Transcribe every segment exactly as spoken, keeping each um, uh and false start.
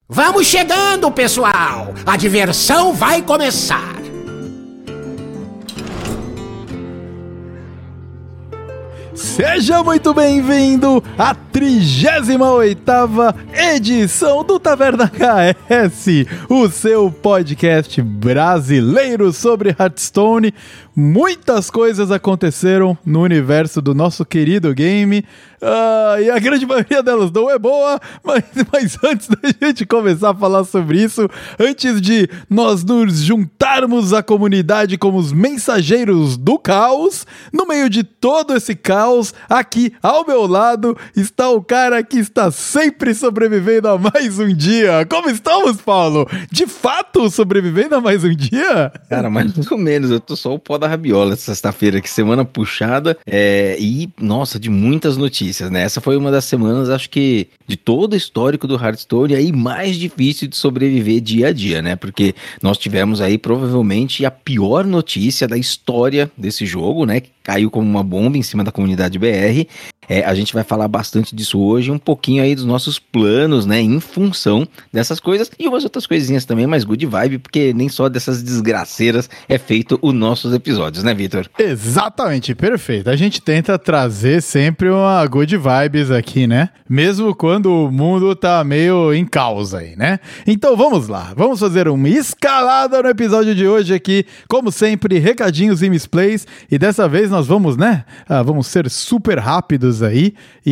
Vamos chegando, pessoal! A diversão vai começar! Seja muito bem-vindo à trigésima oitava edição do Taverna H S, o seu podcast brasileiro sobre Hearthstone. Muitas coisas aconteceram no universo do nosso querido game, uh, e a grande maioria delas não é boa, mas, mas antes da gente começar a falar sobre isso, antes de nós nos juntarmos à comunidade como os mensageiros do caos, no meio de todo esse caos, aqui ao meu lado está o cara que está sempre sobrevivendo a mais um dia. Como estamos, Paulo? De fato sobrevivendo a mais um dia? Cara, mais ou menos, eu tô só o pó da rabiola essa sexta-feira, que semana puxada, é, e, nossa, de muitas notícias, né? Essa foi uma das semanas, acho que, de todo o histórico do Hearthstone, aí mais difícil de sobreviver dia a dia, né? Porque nós tivemos aí, provavelmente, a pior notícia da história desse jogo, né? Que caiu como uma bomba em cima da comunidade B R. É, a gente vai falar bastante disso hoje, um pouquinho aí dos nossos planos, né, em função dessas coisas, e umas outras coisinhas também, mais good vibe, porque nem só dessas desgraceiras é feito os nossos episódios, né, Vitor? Exatamente, perfeito. A gente tenta trazer sempre uma good vibes aqui, né, mesmo quando o mundo tá meio em caos aí, né? Então vamos lá, vamos fazer uma escalada no episódio de hoje aqui, como sempre, recadinhos e misplays, e dessa vez nós vamos, né, ah, vamos ser super rápidos aí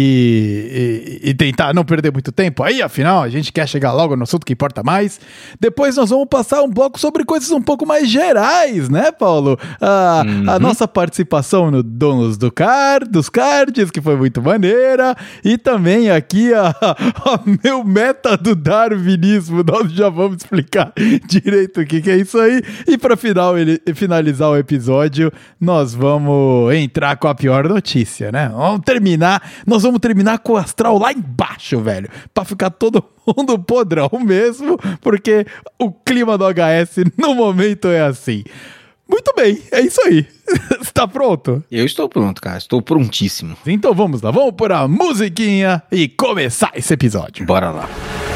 e, e, e tentar não perder muito tempo aí, afinal a gente quer chegar logo no assunto que importa mais. Depois nós vamos passar um bloco sobre coisas um pouco mais gerais, né, Paulo? A, uhum. a nossa participação no Donos do Card, dos Cards, que foi muito maneira, e também aqui a, a meu meta do darwinismo, nós já vamos explicar direito o que, que é isso aí, e para final, ele, finalizar o episódio, nós vamos entrar com a pior notícia, né? Vamos terminar Nós vamos terminar com o astral lá embaixo, velho, pra ficar todo mundo podrão mesmo, porque o clima do H S no momento é assim. Muito bem, é isso aí. Está pronto? Eu estou pronto, cara, estou prontíssimo. Então vamos lá, vamos pôr a musiquinha e começar esse episódio. Bora lá.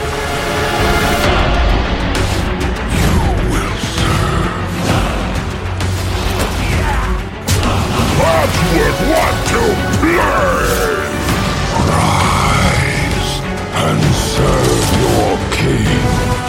Rise and serve your king.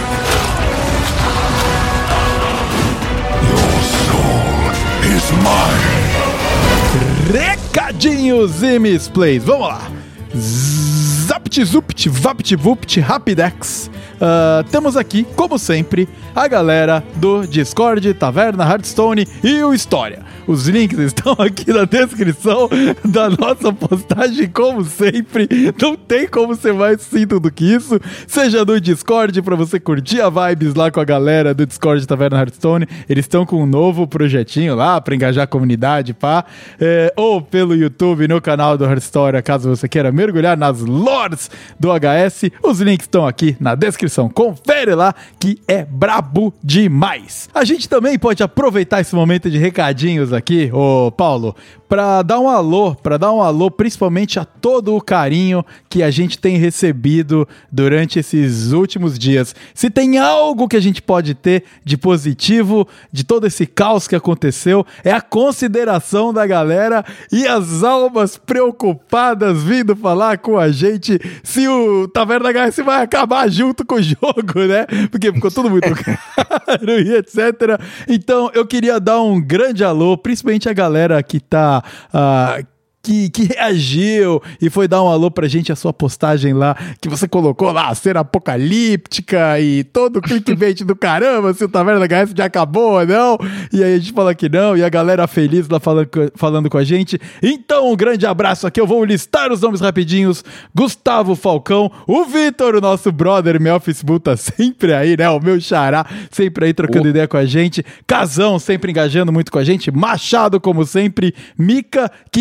Your soul is mine. Recadinhos e misplays, vamos lá. Zapt, zupt, vapt, vupt, rapidex. Uh, temos aqui, como sempre, a galera do Discord, Taverna Hearthstone e o História. Os links estão aqui na descrição da nossa postagem, como sempre. Não tem como ser mais simples do que isso. Seja no Discord, pra você curtir a vibes lá com a galera do Discord Taverna Hearthstone. Eles estão com um novo projetinho lá pra engajar a comunidade, pá. É, ou pelo YouTube, no canal do Hearthstone, caso você queira mergulhar nas lores do H S. Os links estão aqui na descrição. Confere lá que é brabo demais. A gente também pode aproveitar esse momento de recadinhos aqui, ô Paulo, para dar um alô, para dar um alô principalmente a todo o carinho que a gente tem recebido durante esses últimos dias. Se tem algo que a gente pode ter de positivo de todo esse caos que aconteceu, é a consideração da galera e as almas preocupadas vindo falar com a gente se o Taverna H S vai acabar junto com o jogo, né? Porque ficou tudo muito caro e etcétera. Então eu queria dar um grande alô, principalmente a galera que tá Uh, Que, que reagiu e foi dar um alô pra gente, a sua postagem lá, que você colocou lá, a cena apocalíptica e todo o clickbait do caramba, se o Taverna H S já acabou ou não, e aí a gente fala que não, e a galera feliz lá falando, falando com a gente. Então um grande abraço aqui, eu vou listar os nomes rapidinhos: Gustavo Falcão, o Vitor, o nosso brother, meu office bull tá sempre aí, né, o meu xará, sempre aí trocando oh. ideia com a gente, Casão sempre engajando muito com a gente, Machado como sempre, Mika, que engaja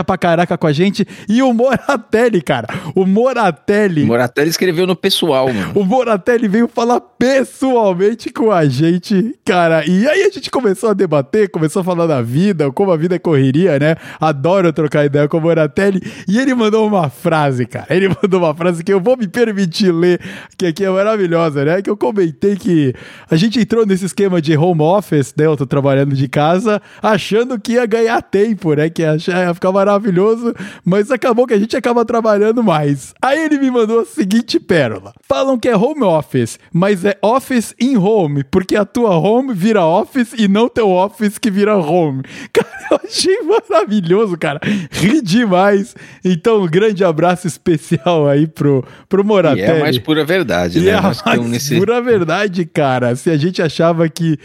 pra caraca com a gente. E o Moratelli, cara. O Moratelli... O Moratelli escreveu no pessoal, mano. O Moratelli veio falar pessoalmente com a gente, cara. E aí a gente começou a debater, começou a falar da vida, como a vida é correria, né? Adoro trocar ideia com o Moratelli. E ele mandou uma frase, cara. Ele mandou uma frase que eu vou me permitir ler, que aqui é maravilhosa, né? Que eu comentei que a gente entrou nesse esquema de home office, né? Eu tô trabalhando de casa, achando que ia ganhar tempo, né? Que ia, ia ficar maravilhoso, mas acabou que a gente acaba trabalhando mais. Aí ele me mandou a seguinte pérola. Falam que é home office, mas é office in home, porque a tua home vira office e não teu office que vira home. Cara, eu achei maravilhoso, cara. Ri demais. Então, um grande abraço especial aí pro, pro Moratelli. E é a mais pura verdade, e né? É a Nós mais nesse... pura verdade, cara. Se a gente achava que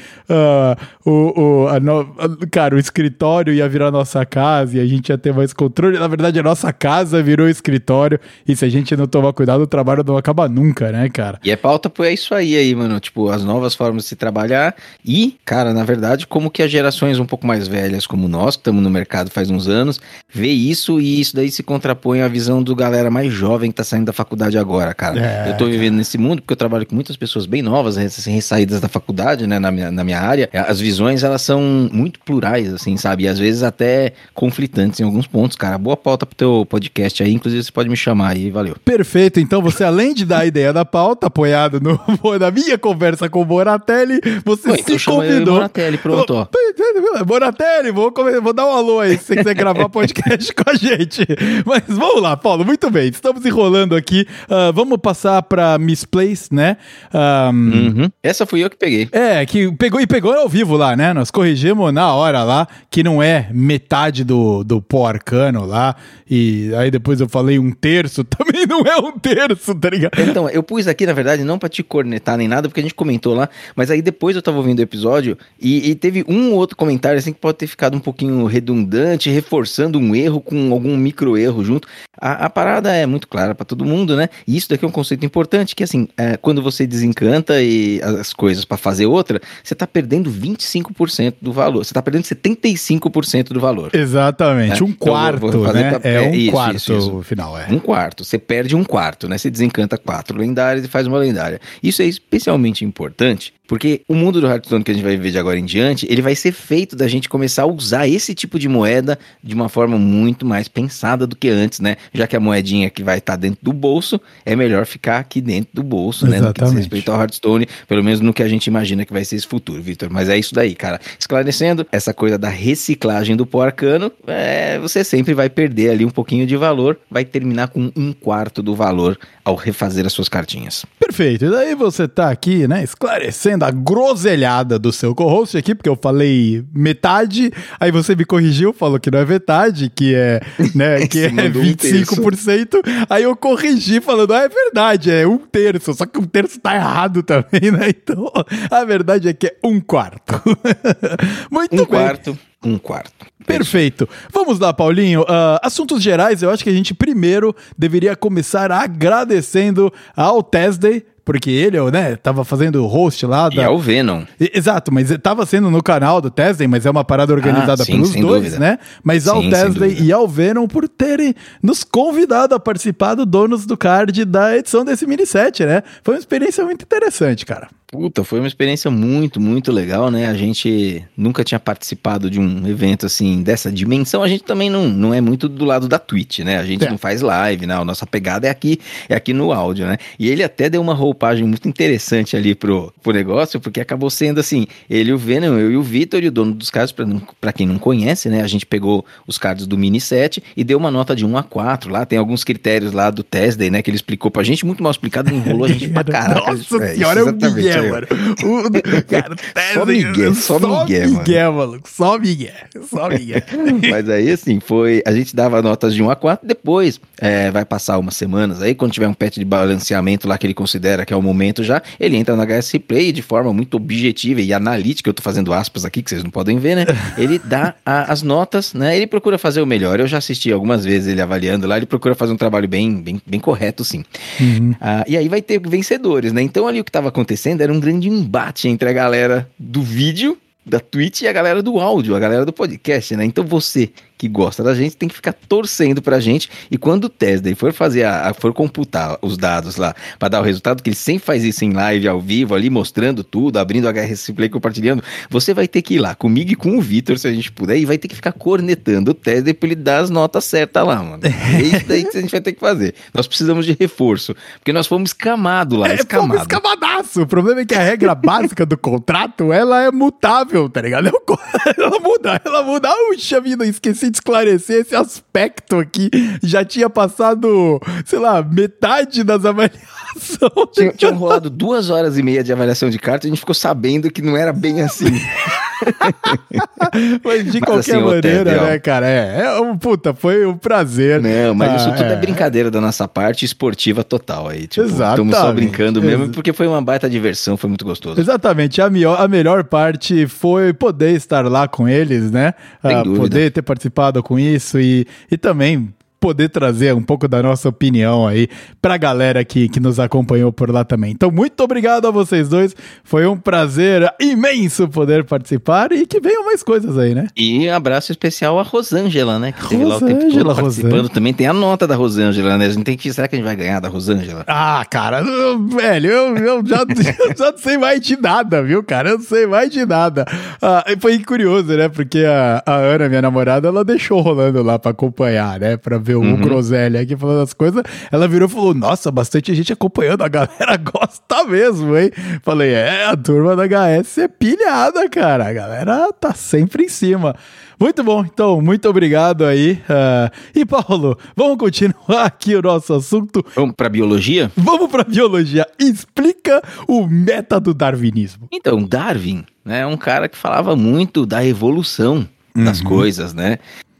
uh, o, o, a no... cara, o escritório ia virar nossa casa e a gente ia ter mais controle, na verdade a nossa casa virou escritório e se a gente não tomar cuidado, o trabalho não acaba nunca, né, cara? E é pauta por isso aí, aí, mano, tipo, as novas formas de se trabalhar e, cara, na verdade, como que as gerações um pouco mais velhas como nós, que estamos no mercado faz uns anos, vê isso e isso daí se contrapõe à visão do galera mais jovem que tá saindo da faculdade agora, cara. É, eu tô vivendo nesse mundo porque eu trabalho com muitas pessoas bem novas, recém-saídas da faculdade, né, na minha, na minha área. As visões, elas são muito plurais, assim, sabe? E às vezes até conflitantes em alguns pontos, cara. Boa pauta pro teu podcast aí, inclusive você pode me chamar aí, valeu. Perfeito, então você além de dar a ideia da pauta, apoiado no, na minha conversa com o Moratelli, você Pô, então se convidou. Moratelli, pronto, ó. Moratelli, vou, vou dar um alô aí se você quiser gravar podcast com a gente. Mas vamos lá, Paulo, muito bem, estamos enrolando aqui, uh, vamos passar pra Misplace, né? Um, uhum. Essa fui eu que peguei. É, que pegou e pegou ao vivo lá, né? Nós corrigimos na hora lá, que não é metade do, do pó arcano lá, e aí depois eu falei um terço, também não é um terço, tá ligado? Então, eu pus aqui, na verdade, não pra te cornetar nem nada, porque a gente comentou lá, mas aí depois eu tava ouvindo o episódio e, e teve um ou outro comentário, assim, que pode ter ficado um pouquinho redundante, reforçando um erro com algum micro erro junto. A, a parada é muito clara pra todo mundo, né? E isso daqui é um conceito importante, que assim, é, quando você desencanta e as coisas pra fazer outra, você tá perdendo vinte e cinco por cento do valor, você tá perdendo setenta e cinco por cento do valor. Exatamente, né? um quarto, então, né? Pra... É um isso, quarto isso, isso. O final, é. Um quarto, você perde um quarto, né? Você desencanta quatro lendárias e faz uma lendária. Isso é especialmente importante, porque o mundo do Hearthstone que a gente vai viver de agora em diante, ele vai ser feito da gente começar a usar esse tipo de moeda de uma forma muito mais pensada do que antes, né? Já que a moedinha que vai estar dentro do bolso, é melhor ficar aqui dentro do bolso, Exatamente. né? No que diz respeito ao Hearthstone, pelo menos no que a gente imagina que vai ser esse futuro, Vitor. Mas é isso daí, cara. Esclarecendo, essa coisa da reciclagem do pó arcano, é, você sempre vai perder ali um pouquinho de valor, vai terminar com um quarto do valor ao refazer as suas cartinhas. Perfeito. E daí você tá aqui, né, esclarecendo a groselhada do seu co-host aqui, porque eu falei metade, aí você me corrigiu, falou que não é metade, que é, né, que é vinte e cinco por cento, um aí eu corrigi falando, ah, é verdade, é um terço, só que um terço tá errado também, né, então a verdade é que é um quarto. Muito um bem. quarto. Um quarto. Perfeito. Vamos lá, Paulinho. Uh, assuntos gerais, eu acho que a gente primeiro deveria começar agradecendo ao Thursday, porque ele, né, tava fazendo o host lá da... E é o Venom. Exato, mas tava sendo no canal do Thursday, mas é uma parada organizada ah, sim, pelos dois, dúvida. Né? Mas sim, ao Thursday e ao Venom por terem nos convidado a participar do Donos do Card da edição desse mini-set, né? Foi uma experiência muito interessante, cara. Puta, foi uma experiência muito, muito legal, né? A gente nunca tinha participado de um evento assim, dessa dimensão. A gente também não, não é muito do lado da Twitch, né? A gente é. não faz live, né? A nossa pegada é aqui, é aqui no áudio, né? E ele até deu uma roupagem muito interessante ali pro, pro negócio, porque acabou sendo assim, ele, o Venom, eu e o Vitor, e o dono dos cards, pra, pra quem não conhece, né? A gente pegou os cards do mini set e deu uma nota de um a quatro lá. Tem alguns critérios lá do Thursday, né? Que ele explicou pra gente, muito mal explicado, enrolou a gente pra caralho. Nossa é, senhora, é um Miguel, mano. O, cara, só Miguel, só, só Miguel, Miguel, mano. Maluco, só Miguel, só Miguel. Mas aí, assim, foi, a gente dava notas de um a quatro, depois é, vai passar umas semanas aí, quando tiver um patch de balanceamento lá que ele considera que é o momento já, ele entra no H S Play de forma muito objetiva e analítica, eu tô fazendo aspas aqui, que vocês não podem ver, né? Ele dá a, as notas, né? Ele procura fazer o melhor, eu já assisti algumas vezes ele avaliando lá, ele procura fazer um trabalho bem, bem, bem correto, sim. Uhum. Ah, e aí vai ter vencedores, né? Então ali o que tava acontecendo era um grande embate entre a galera do vídeo, da Twitch, e a galera do áudio, a galera do podcast, né? Então você que gosta da gente tem que ficar torcendo pra gente, e quando o Tesday for fazer a, a- for computar os dados lá pra dar o resultado, que ele sempre faz isso em live, ao vivo, ali mostrando tudo, abrindo o H R S Play, compartilhando, você vai ter que ir lá comigo e com o Vitor, se a gente puder, e vai ter que ficar cornetando o Tesday pra ele dar as notas certas lá, mano. É isso daí que a gente vai ter que fazer. Nós precisamos de reforço, porque nós fomos escamados lá, É, fomos escamado. escamadaço. O problema é que a regra básica do contrato, ela é mutável, tá ligado? É o co- Ela muda, ela muda. Puxa vida, esqueci de esclarecer esse aspecto aqui. Já tinha passado, sei lá, metade das avaliações. Tinha, tinham rolado duas horas e meia de avaliação de carta e a gente ficou sabendo que não era bem assim. Mas de Mas qualquer assim, ô, maneira, Ted, ó. né, cara? É, é um, puta, foi um prazer. Não, mas Ah, isso tudo é. é. brincadeira da nossa parte, esportiva total aí. Tipo, estamos só Exatamente. brincando mesmo, Ex- porque foi uma baita diversão, foi muito gostoso. Exatamente, a melhor, a melhor parte foi poder estar lá com eles, né? Sem Ah, dúvida. poder ter participado com isso e, e também poder trazer um pouco da nossa opinião aí pra galera que, que nos acompanhou por lá também. Então, muito obrigado a vocês dois, foi um prazer imenso poder participar e que venham mais coisas aí, né? E abraço especial a Rosângela, né? Que teve lá o tempo Rosângela, todo participando. Rosângela. Também tem a nota da Rosângela, né? A gente tem que. Será que a gente vai ganhar da Rosângela? Ah, cara, eu- velho, eu, eu, já, eu já não sei mais de nada, viu, cara? Eu não sei mais de nada. Ah, e foi curioso, né? Porque a, a Ana, minha namorada, ela deixou rolando lá pra acompanhar, né? Pra ver o Uhum. Groselha aqui falando as coisas. Ela virou e falou: Nossa, bastante gente acompanhando, a galera gosta mesmo, hein? Falei: É, a turma da H S é pilhada, cara. A galera tá sempre em cima. Muito bom, então, muito obrigado aí. Ah, e Paulo, vamos continuar aqui o nosso assunto. Vamos pra biologia? Vamos pra biologia. Explica o método darwinismo. Então, Darwin, né, é um cara que falava muito da evolução das coisas, né?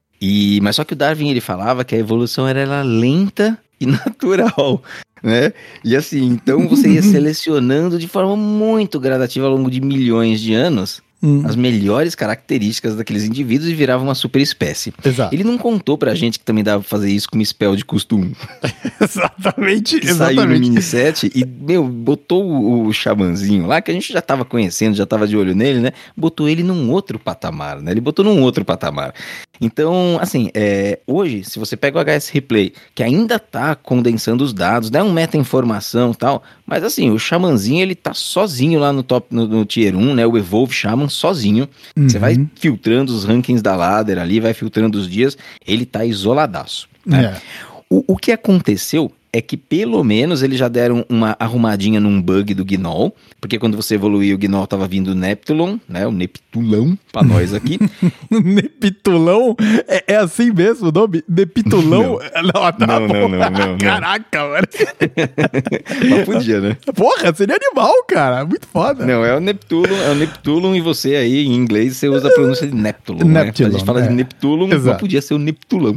E, mas só que o Darwin, ele falava que a evolução era, era lenta e natural, né? E assim, então você ia selecionando de forma muito gradativa ao longo de milhões de anos as melhores características daqueles indivíduos e virava uma super espécie. Exato. Ele não contou pra gente que também dava pra fazer isso com uma spell de costume. Exatamente, Que saiu no exatamente. mini set e, meu, botou o, o xamanzinho lá, que a gente já tava conhecendo, já tava de olho nele, né? Botou ele num outro patamar, né? Ele botou num outro patamar. Então, assim, é, hoje, se você pega o H S Replay, que ainda tá condensando os dados, né? Um meta-informação e tal, mas assim, o xamanzinho, ele tá sozinho lá no top, no, no tier um, né? O Evolve Shaman sozinho. Você vai filtrando os rankings da ladder ali, vai filtrando os dias, ele tá isoladaço, né? É. O, o que aconteceu é que pelo menos eles já deram uma arrumadinha num bug do Gnoll, porque quando você evoluiu o Gnoll tava vindo o Neptulon, né, o Neptulão pra nós aqui. Nepitulão? É, é assim mesmo o nome? Nepitulão? Não, tá Não, bom. não, não, não, não. Caraca, mano. Mas podia, né? Porra, seria animal, cara. Muito foda. Não, é o Neptulon, é o Neptulon e você aí em inglês você usa a pronúncia de Neptulon, né? Neptulon, A gente fala é. de Neptulon, mas Exato. podia ser o Neptulão.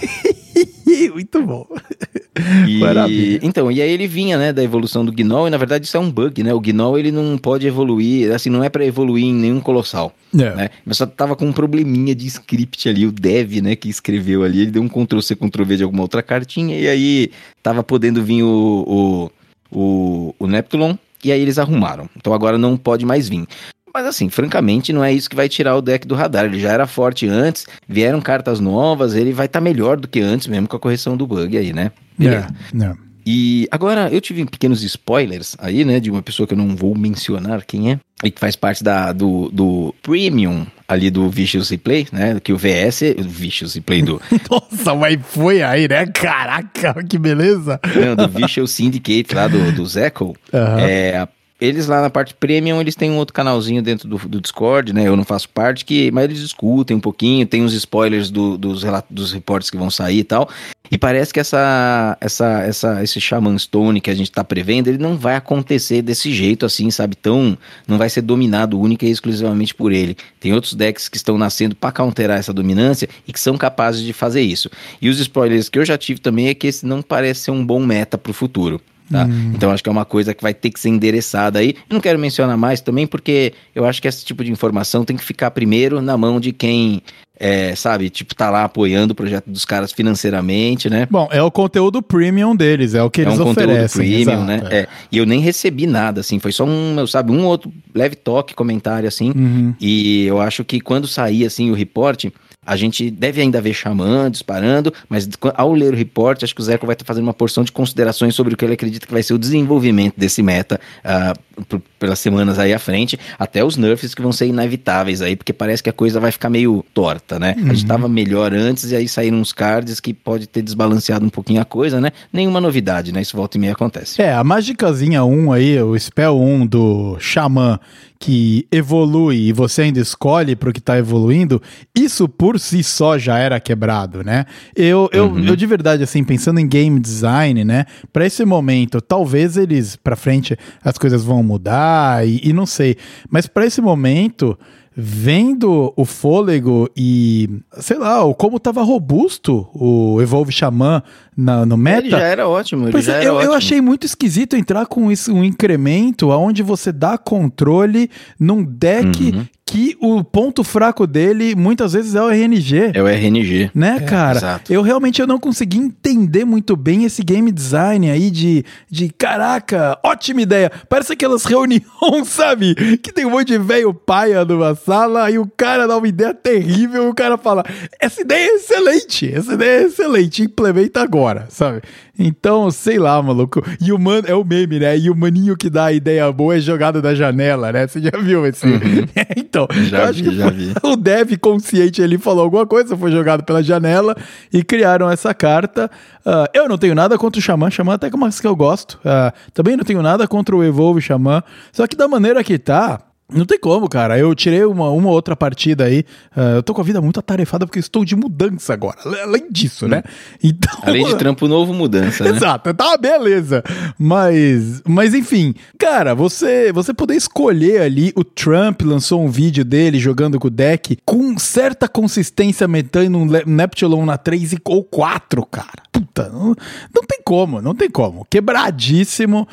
Muito bom. E, Maravilha. então, e aí ele vinha, né, da evolução do Gnoll, e na verdade isso é um bug, né? O Gnoll, ele não pode evoluir, assim, não é pra evoluir em nenhum colossal, É. né? Mas só tava com um probleminha de script ali, o dev, né, que escreveu ali, ele deu um control C, control V de alguma outra cartinha, e aí tava podendo vir o, o, o, o Neptulon, e aí eles arrumaram. Então agora não pode mais vir. Mas assim, francamente, não é isso que vai tirar o deck do radar. Ele já era forte antes, vieram cartas novas, ele vai estar melhor do que antes mesmo com a correção do bug aí, né? Beleza. É, é. E agora, eu tive pequenos spoilers aí, né, de uma pessoa que eu não vou mencionar quem é, e que faz parte da, do, do Premium ali do Vicious Replay, né, que o V S, o Vicious Replay do, Nossa, mas foi aí, né? Caraca, que beleza. não, do Vicious Syndicate lá do, do Zeco, Aham. é... Eles lá na parte premium, eles têm um outro canalzinho dentro do, do Discord, né? Eu não faço parte, que, mas eles discutem um pouquinho, tem uns spoilers do, dos, relat- dos reportes que vão sair e tal. E parece que essa, essa, essa, esse Shaman Stone que a gente tá prevendo, ele não vai acontecer desse jeito assim, sabe? Tão, não vai ser dominado única e exclusivamente por ele. Tem outros decks que estão nascendo para counterar essa dominância e que são capazes de fazer isso. E os spoilers que eu já tive também é que esse não parece ser um bom meta pro futuro. Tá? Hum. Então acho que é uma coisa que vai ter que ser endereçada aí. Eu não quero mencionar mais também, porque eu acho que esse tipo de informação tem que ficar primeiro na mão de quem, é, sabe, tipo, tá lá apoiando o projeto dos caras financeiramente, né? Bom, é o conteúdo premium deles, é o que É eles um conteúdo oferecem. premium, exato, né? é. É. E eu nem recebi nada, assim, foi só um, sabe, um outro leve toque, comentário, assim. Uhum. E eu acho que quando sair, assim, o reporte, a gente deve ainda ver Xamã disparando, mas ao ler o report, acho que o Zeco vai estar fazendo uma porção de considerações sobre o que ele acredita que vai ser o desenvolvimento desse meta uh, p- pelas semanas aí à frente, até os nerfs que vão ser inevitáveis aí, porque parece que a coisa vai ficar meio torta, né? Uhum. A gente tava melhor antes e aí saíram uns cards que pode ter desbalanceado um pouquinho a coisa, né? Nenhuma novidade, né? Isso volta e meia acontece. É, a Magicazinha um aí, o Spell um do Xamã, que evolui e você ainda escolhe pro que tá evoluindo, isso por si só já era quebrado, né? Eu, eu, uhum. eu de verdade, assim, pensando em game design, né? Pra esse momento, talvez eles, pra frente, as coisas vão mudar e, e não sei. Mas pra esse momento, vendo o fôlego e, sei lá, o como tava robusto o Evolve Xamã na, no meta... Ele já era ótimo, ele pois já é, era eu, ótimo. eu achei muito esquisito entrar com isso, um incremento onde você dá controle num deck... Uhum. que o ponto fraco dele muitas vezes é o R N G. É o R N G. Né, é, cara? Exato. Eu realmente eu não consegui entender muito bem esse game design aí de, de caraca, ótima ideia. Parece aquelas reuniões, sabe? Que tem um monte de velho paia numa sala e o cara dá uma ideia terrível e o cara fala, essa ideia é excelente, essa ideia é excelente, implementa agora, sabe? Então, sei lá, maluco. E o mano, é o meme, né? E o maninho que dá a ideia boa é jogado da janela, né? Você já viu esse? Uhum. Então, já eu vi, acho que já vi. O dev consciente ali falou alguma coisa, foi jogado pela janela e criaram essa carta. Uh, eu não tenho nada contra o Xamã, Xamã até que é uma que eu gosto. Uh, também não tenho nada contra o Evolve Xamã. Só que da maneira que tá, não tem como, cara. Eu tirei uma, uma outra partida aí. Uh, eu tô com a vida muito atarefada porque eu estou de mudança agora. Além disso, hum. né? Então, além de trampo novo, mudança, né? Exato, tá uma beleza. Mas, mas enfim, cara, você, você poder escolher ali, o Trump lançou um vídeo dele jogando com o deck com certa consistência metendo um Neptulon na três ou quatro, cara. Puta, não, não tem como, não tem como. Quebradíssimo.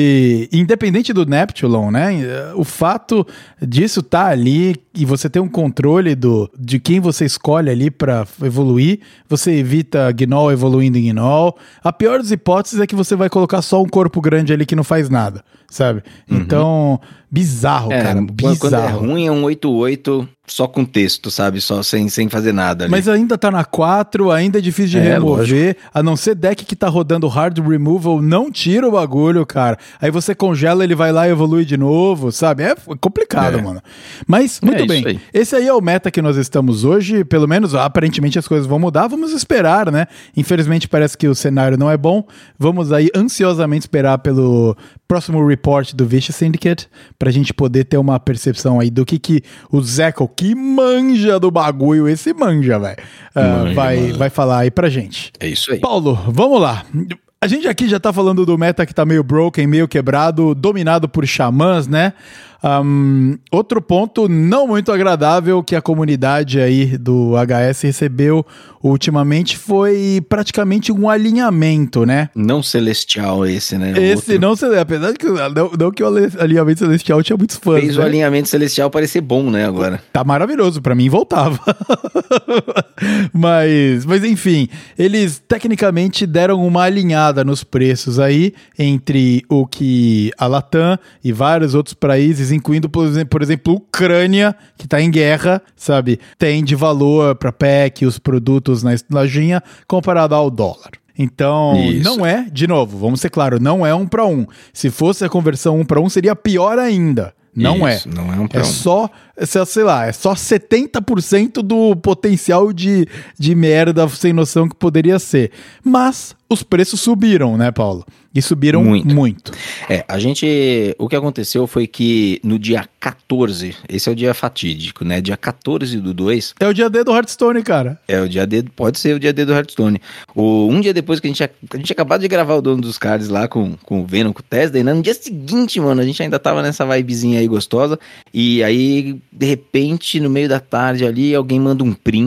E independente do Neptulon, né? O fato disso tá ali e você tem um controle do, de quem você escolhe ali pra evoluir, você evita Gnoll evoluindo em Gnoll. A pior das hipóteses é que você vai colocar só um corpo grande ali que não faz nada, sabe? Uhum. Então, bizarro, é, cara, bizarro. Quando é ruim é um oito oito só com texto, sabe? Só sem, sem fazer nada ali. Mas ainda tá na quatro, ainda é difícil de é, remover, lógico. A não ser deck que tá rodando hard removal, não tira o bagulho, cara. Aí você congela, ele vai lá e evolui de novo, sabe? É complicado, é. mano. Mas, muito é bem. Aí. Esse aí é o meta que nós estamos hoje, pelo menos, aparentemente as coisas vão mudar, vamos esperar, né? Infelizmente parece que o cenário não é bom, vamos aí ansiosamente esperar pelo próximo report do Vicious Syndicate, pra gente poder ter uma percepção aí do que que o Zeco, que manja do bagulho, esse manja, velho, uh, vai, vai falar aí pra gente. É isso aí. Paulo, vamos lá. A gente aqui já tá falando do meta que tá meio broken, meio quebrado, dominado por xamãs, né? Um, outro ponto não muito agradável que a comunidade aí do H S recebeu ultimamente foi praticamente um alinhamento, né? Não celestial esse, né? Esse outro. não celestial, apesar de que, não, não que o alinhamento celestial tinha muitos fãs. Fez né? o alinhamento celestial parecer bom, né, agora. Tá maravilhoso, pra mim voltava. mas, mas enfim, eles tecnicamente deram uma alinhada nos preços aí entre o que a Latam e vários outros países, incluindo, por exemplo, por exemplo, Ucrânia, que tá em guerra, sabe, tem de valor para pack os produtos na lojinha comparado ao dólar. Então, Isso. não é, de novo, vamos ser claros, não é um para um. Se fosse a conversão um para um, seria pior ainda. Não Isso, é. Não é um pra é um. só, sei lá, é só setenta por cento do potencial de, de merda sem noção que poderia ser. Mas os preços subiram, né, Paulo? E subiram muito. muito. É, a gente... O que aconteceu foi que no dia quatorze, esse é o dia fatídico, né? Dia quatorze do dois... É o dia D do Hearthstone, cara. É o dia D, pode ser o dia D do Hearthstone. O, um dia depois que a gente, a gente tinha acabado de gravar o Dono dos Cards lá com, com o Venom, com o Tesla, e no dia seguinte, mano, a gente ainda tava nessa vibezinha aí gostosa, e aí, de repente, no meio da tarde ali, alguém manda um print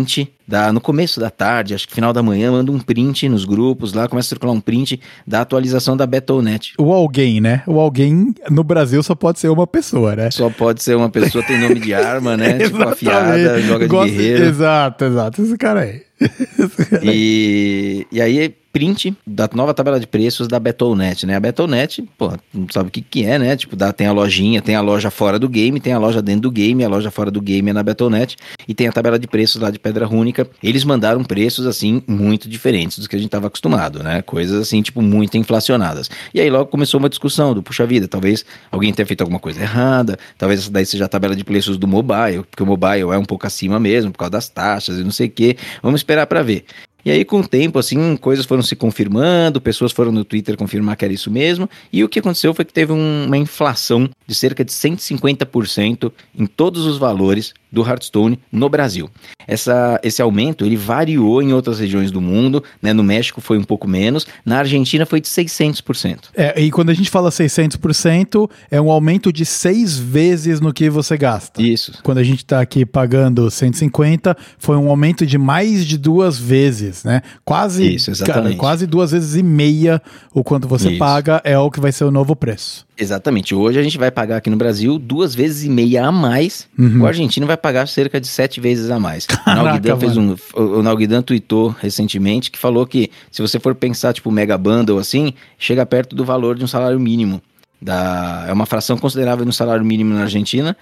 da, no começo da tarde, acho que final da manhã, manda um print nos grupos lá, começa a circular um print da atualização da Battle ponto net. O alguém, né? O alguém no Brasil só pode ser uma pessoa, né? Só pode ser uma pessoa, tem nome de arma, né? Tipo, afiada, joga de Gosto... guerreiro. Exato, exato. Esse cara aí. Esse cara aí. E, e aí, print da nova tabela de preços da Battle ponto net, né? A Battle ponto net, pô, não sabe o que que é, né? Tipo, dá, tem a lojinha, tem a loja fora do game, tem a loja dentro do game, a loja fora do game é na Battle ponto net e tem a tabela de preços lá de Pedra Rúnica. Eles mandaram preços, assim, muito diferentes dos que a gente estava acostumado, né? Coisas, assim, tipo, muito inflacionadas. E aí logo começou uma discussão do, puxa vida, talvez alguém tenha feito alguma coisa errada, talvez essa daí seja a tabela de preços do mobile, porque o mobile é um pouco acima mesmo, por causa das taxas e não sei o quê. Vamos esperar para ver. E aí, com o tempo, assim, coisas foram se confirmando, pessoas foram no Twitter confirmar que era isso mesmo, e o que aconteceu foi que teve um, uma inflação de cerca de cento e cinquenta por cento em todos os valores do Hearthstone no Brasil. Essa, esse aumento, ele variou em outras regiões do mundo, né? No México foi um pouco menos, na Argentina foi de seiscentos por cento. É, e quando a gente fala seiscentos por cento, é um aumento de seis vezes no que você gasta. Isso. Quando a gente tá aqui pagando cento e cinquenta, foi um aumento de mais de duas vezes, né? Quase, Isso, exatamente. Cara, quase duas vezes e meia o quanto você Isso. paga é o que vai ser o novo preço. Exatamente. Hoje a gente vai pagar aqui no Brasil duas vezes e meia a mais. Uhum. O argentino vai pagar cerca de sete vezes a mais. Caraca, o Nalguidan fez um, o Nalguidan tweetou recentemente que falou que se você for pensar tipo mega bundle assim, chega perto do valor de um salário mínimo. Da, é uma fração considerável no salário mínimo na Argentina.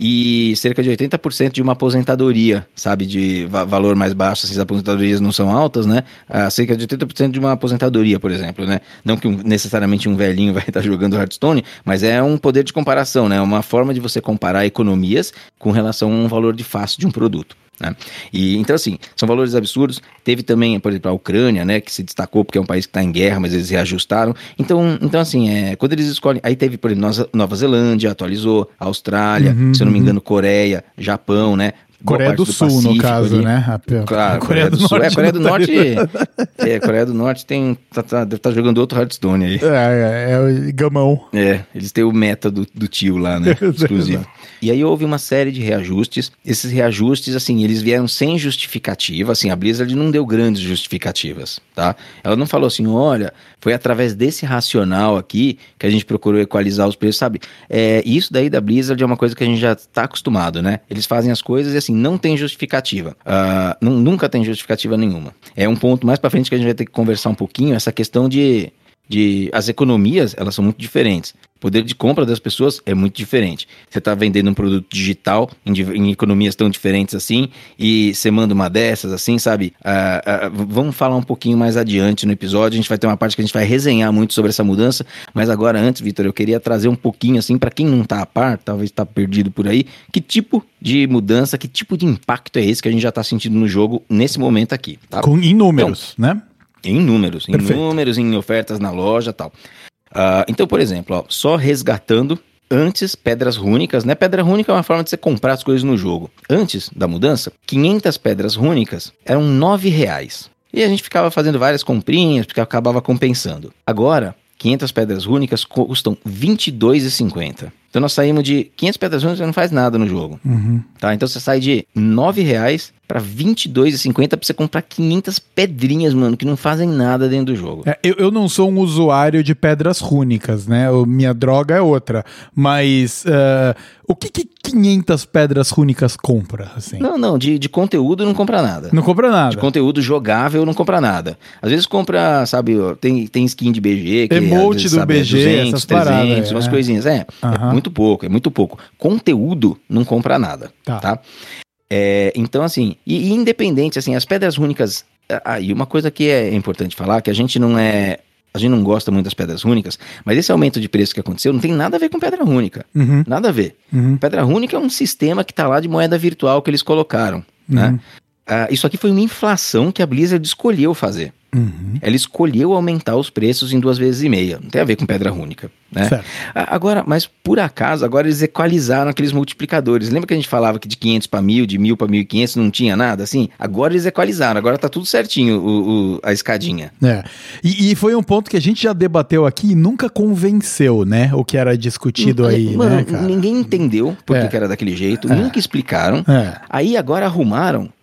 E cerca de oitenta por cento de uma aposentadoria, sabe, de va- valor mais baixo, assim, as aposentadorias não são altas, né, ah, cerca de oitenta por cento de uma aposentadoria, por exemplo, né, não que um, necessariamente um velhinho vai estar jogando Hearthstone, mas é um poder de comparação, né, uma forma de você comparar economias com relação a um valor de face de um produto. Né? E, então, assim, são valores absurdos. Teve também, por exemplo, a Ucrânia, né, que se destacou porque é um país que está em guerra, mas eles reajustaram. Então, então assim, é, quando eles escolhem... Aí teve, por exemplo, Nova Zelândia, atualizou, Austrália, uhum, se eu não me uhum. engano, Coreia, Japão, né? Coreia do, do Sul, Pacífico, no caso, ali. Né? A, claro, a Coreia, Coreia do, do Sul. Norte. É, Coreia do Norte. É, Coreia do Norte tem. Tá, tá, deve estar tá jogando outro Hearthstone aí. É, é, é o gamão. É, eles têm o meta do, do tio lá, né? Exclusivo. E aí houve uma série de reajustes. Esses reajustes, assim, eles vieram sem justificativa. Assim, a Blizzard não deu grandes justificativas, tá? Ela não falou assim, olha, foi através desse racional aqui que a gente procurou equalizar os preços, sabe? É, isso daí da Blizzard é uma coisa que a gente já tá acostumado, né? Eles fazem as coisas e assim, não tem justificativa. Uh, não, nunca tem justificativa nenhuma. É um ponto mais pra frente que a gente vai ter que conversar um pouquinho, essa questão de... de as economias, elas são muito diferentes. O poder de compra das pessoas é muito diferente. Você está vendendo um produto digital em, em economias tão diferentes assim, e você manda uma dessas assim, sabe? Uh, uh, vamos falar um pouquinho mais adiante no episódio. A gente vai ter uma parte que a gente vai resenhar muito sobre essa mudança, mas agora antes, Vitor, eu queria trazer um pouquinho assim, para quem não está a par, talvez está perdido por aí, que tipo de mudança, que tipo de impacto é esse que a gente já está sentindo no jogo nesse momento aqui. Tá? Com inúmeros, então, né? Em números, em Perfeito. números, em ofertas na loja e tal. Uh, então, por exemplo, ó, só resgatando antes pedras rúnicas, né? Pedra rúnica é uma forma de você comprar as coisas no jogo. Antes da mudança, quinhentas pedras rúnicas eram nove reais. E a gente ficava fazendo várias comprinhas, porque acabava compensando. Agora, quinhentas pedras rúnicas custam vinte e dois reais e cinquenta centavos. Então nós saímos de quinhentas pedras rúnicas, não faz nada no jogo. Uhum. Tá? Então você sai de nove reais para vinte e dois reais e cinquenta centavos para você comprar quinhentas pedrinhas, mano, que não fazem nada dentro do jogo. É, eu, eu não sou um usuário de pedras rúnicas, né? O, minha droga é outra. Mas uh, o que, que quinhentas pedras rúnicas compra? Assim? Não, não, de, de conteúdo não compra nada. Não compra nada. De conteúdo jogável não compra nada. Às vezes compra, sabe, tem, tem skin de B G, que emote vezes, do sabe, B G, é duzentos, essas paradas, trezentos, é. umas coisinhas. É, uhum. é muito pouco, é muito pouco. Conteúdo não compra nada, tá? tá? É, então, assim, e, e independente, assim, as pedras rúnicas... Aí, ah, uma coisa que é importante falar, que a gente não é... A gente não gosta muito das pedras rúnicas, mas esse aumento de preço que aconteceu não tem nada a ver com pedra rúnica. Uhum. Nada a ver. Uhum. Pedra rúnica é um sistema que tá lá de moeda virtual que eles colocaram, uhum. né? Ah, isso aqui foi uma inflação que a Blizzard escolheu fazer. Uhum. Ela escolheu aumentar os preços em duas vezes e meia. Não tem a ver com pedra rúnica, né? Certo. Agora, mas por acaso, agora eles equalizaram aqueles multiplicadores. Lembra que a gente falava que de quinhentos para mil, de mil para mil e quinhentos não tinha nada assim? Agora eles equalizaram, agora tá tudo certinho o, o, a escadinha. É. E, e foi um ponto que a gente já debateu aqui e nunca convenceu, né? O que era discutido aí, Mano, né, cara? Ninguém entendeu por é. que era daquele jeito, é. nunca explicaram. É. Aí agora arrumaram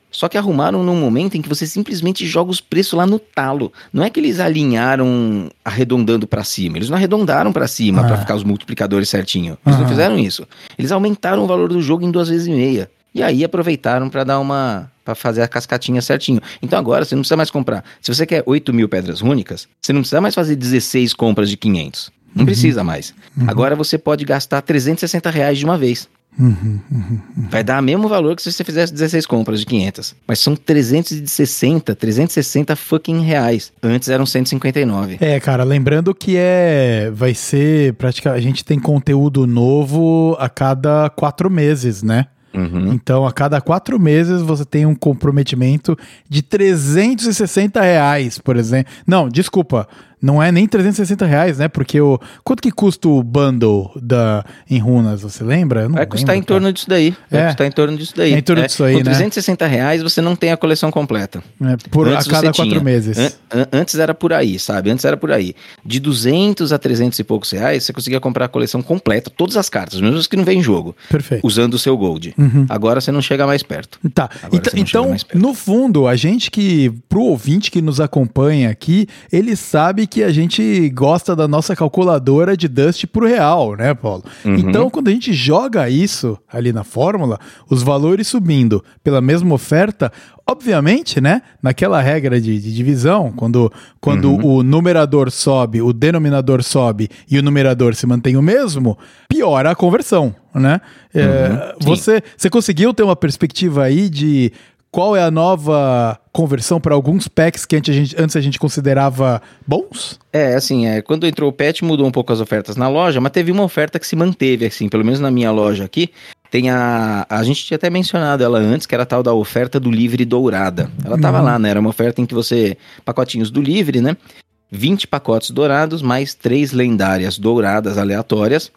Só que arrumaram num momento em que você simplesmente joga os preços lá no talo. Não é que eles alinharam arredondando pra cima. Eles não arredondaram pra cima Ah. pra ficar os multiplicadores certinho. Eles Aham. não fizeram isso. Eles aumentaram o valor do jogo em duas vezes e meia. E aí aproveitaram pra dar uma... pra fazer a cascatinha certinho. Então agora você não precisa mais comprar. Se você quer oito mil pedras rúnicas, você não precisa mais fazer dezesseis compras de quinhentos. Não precisa mais. Agora você pode gastar trezentos e sessenta reais de uma vez. Uhum, uhum. Vai dar o mesmo valor que se você fizesse dezesseis compras de quinhentos. Mas são trezentos e sessenta, trezentos e sessenta fucking reais. Antes eram cento e cinquenta e nove. É, cara, lembrando que é, vai ser praticamente, a gente tem conteúdo novo a cada quatro meses, né? Uhum. Então, a cada quatro meses você tem um comprometimento de trezentos e sessenta reais, por exemplo. Não, desculpa, não é nem trezentos e sessenta reais, né? Porque o quanto que custa o bundle da, em Runas, você lembra? Eu não Vai custar lembro, em torno cara. disso daí. Vai É. custar em torno disso daí. É em torno disso aí, com né? trezentos e sessenta reais você não tem a coleção completa. É, por, a Antes cada você quatro tinha. meses. An- an- antes era por aí, sabe? Antes era por aí. De duzentos a trezentos e poucos reais, você conseguia comprar a coleção completa, todas as cartas, mesmo as que não vem em jogo, Perfeito. usando o seu Gold. Uhum. Agora você não chega mais perto. Tá, Agora então, você não chega então mais perto. no fundo, a gente que, pro ouvinte que nos acompanha aqui, ele sabe que a gente gosta da nossa calculadora de Dust pro real, né, Paulo? Uhum. Então, quando a gente joga isso ali na fórmula, os valores subindo pela mesma oferta, obviamente, né, naquela regra de, de divisão, quando, quando Uhum. o numerador sobe, o denominador sobe e o numerador se mantém o mesmo, piora a conversão, né? É, Uhum, sim. você, você conseguiu ter uma perspectiva aí de qual é a nova conversão para alguns packs que antes a, gente, antes a gente considerava bons? É, assim, é, quando entrou o patch mudou um pouco as ofertas na loja, mas teve uma oferta que se manteve, assim, pelo menos na minha loja aqui. Tem a... A gente tinha até mencionado ela antes, que era a tal da oferta do Livre Dourada. Ela tava Uhum. lá, né? Era uma oferta em que você... Pacotinhos do Livre, né? vinte pacotes dourados, mais três lendárias douradas aleatórias.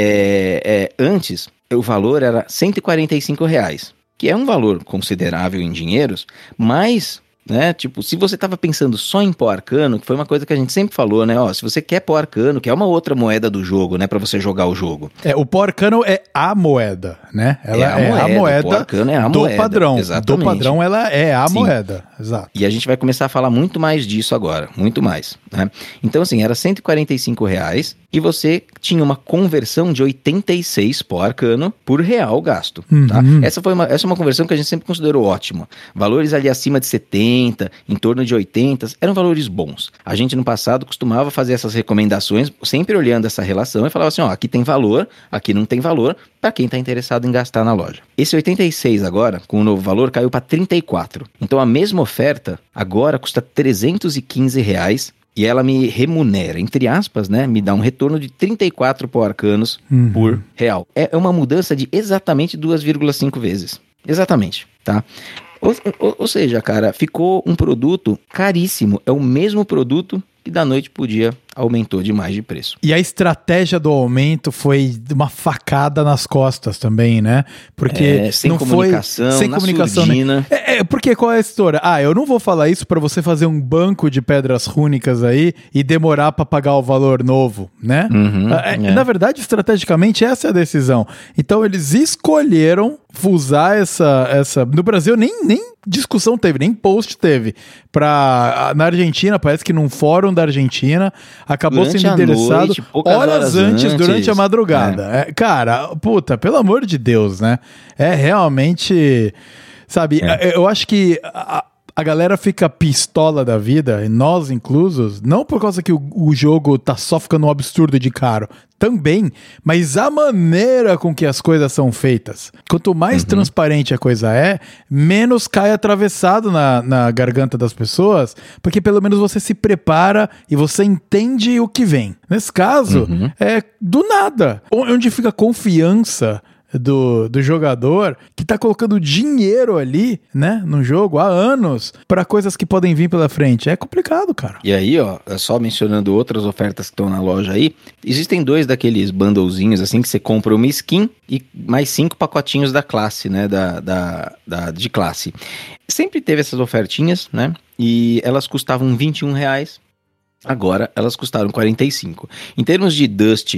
É, é, antes, o valor era cento e quarenta e cinco reais, que é um valor considerável em dinheiros, mas... Né? Tipo, se você tava pensando só em pó arcano, que foi uma coisa que a gente sempre falou, né? Ó, se você quer pó arcano, que é uma outra moeda do jogo, né? Pra você jogar o jogo. É, o pó arcano é a moeda, né? Ela é a moeda, o pó arcano é a do moeda, padrão. exatamente. Do padrão, ela é a Sim. moeda. Exato. E a gente vai começar a falar muito mais disso agora, muito mais, né? Então, assim, era cento e quarenta e cinco reais e você tinha uma conversão de oitenta e seis pó arcano por real gasto, tá? Uhum. Essa foi uma, essa é uma conversão que a gente sempre considerou ótima. Valores ali acima de setenta, em torno de oitenta, eram valores bons. A gente no passado costumava fazer essas recomendações, sempre olhando essa relação e falava assim, ó, aqui tem valor, aqui não tem valor, para quem está interessado em gastar na loja. Esse oitenta e seis agora, com o novo valor, caiu para trinta e quatro. Então a mesma oferta agora custa trezentos e quinze reais e ela me remunera, entre aspas, né? Me dá um retorno de trinta e quatro pó arcanos Uhum. por real. É uma mudança de exatamente duas vírgula cinco vezes. Exatamente, tá? Ou, ou, ou seja, cara, ficou um produto caríssimo. É o mesmo produto que da noite pro dia aumentou demais de preço. E a estratégia do aumento foi uma facada nas costas também, né? Porque É, sem não comunicação, foi sem na comunicação, surdina. né? É, é, porque qual é a história? Ah, eu não vou falar isso pra você fazer um banco de pedras rúnicas aí e demorar pra pagar o valor novo, né? Uhum, É, é. Na verdade, estrategicamente essa é a decisão. Então eles escolheram usar essa essa no Brasil nem nem discussão teve, nem post teve. Pra, na Argentina, parece que num fórum da Argentina acabou Durante sendo a endereçado noite, poucas horas horas antes, antes. durante a madrugada. É, cara, puta, pelo amor de Deus, né? É realmente, sabe, É. eu acho que a, a galera fica pistola da vida, e nós inclusos, não por causa que o, o jogo tá só ficando um absurdo de caro, também, mas a maneira com que as coisas são feitas. Quanto mais Uhum. transparente a coisa é, menos cai atravessado na, na garganta das pessoas, porque pelo menos você se prepara e você entende o que vem. Nesse caso, Uhum. é do nada. Onde fica a confiança do, do jogador que tá colocando dinheiro ali, né, no jogo há anos para coisas que podem vir pela frente. É complicado, cara. E aí, ó, só mencionando outras ofertas que estão na loja aí, existem dois daqueles bundlezinhos, assim, que você compra uma skin e mais cinco pacotinhos da classe, né, da, da, da, de classe. Sempre teve essas ofertinhas, né, e elas custavam vinte e um reais, agora elas custaram quarenta e cinco. Em termos de Dust,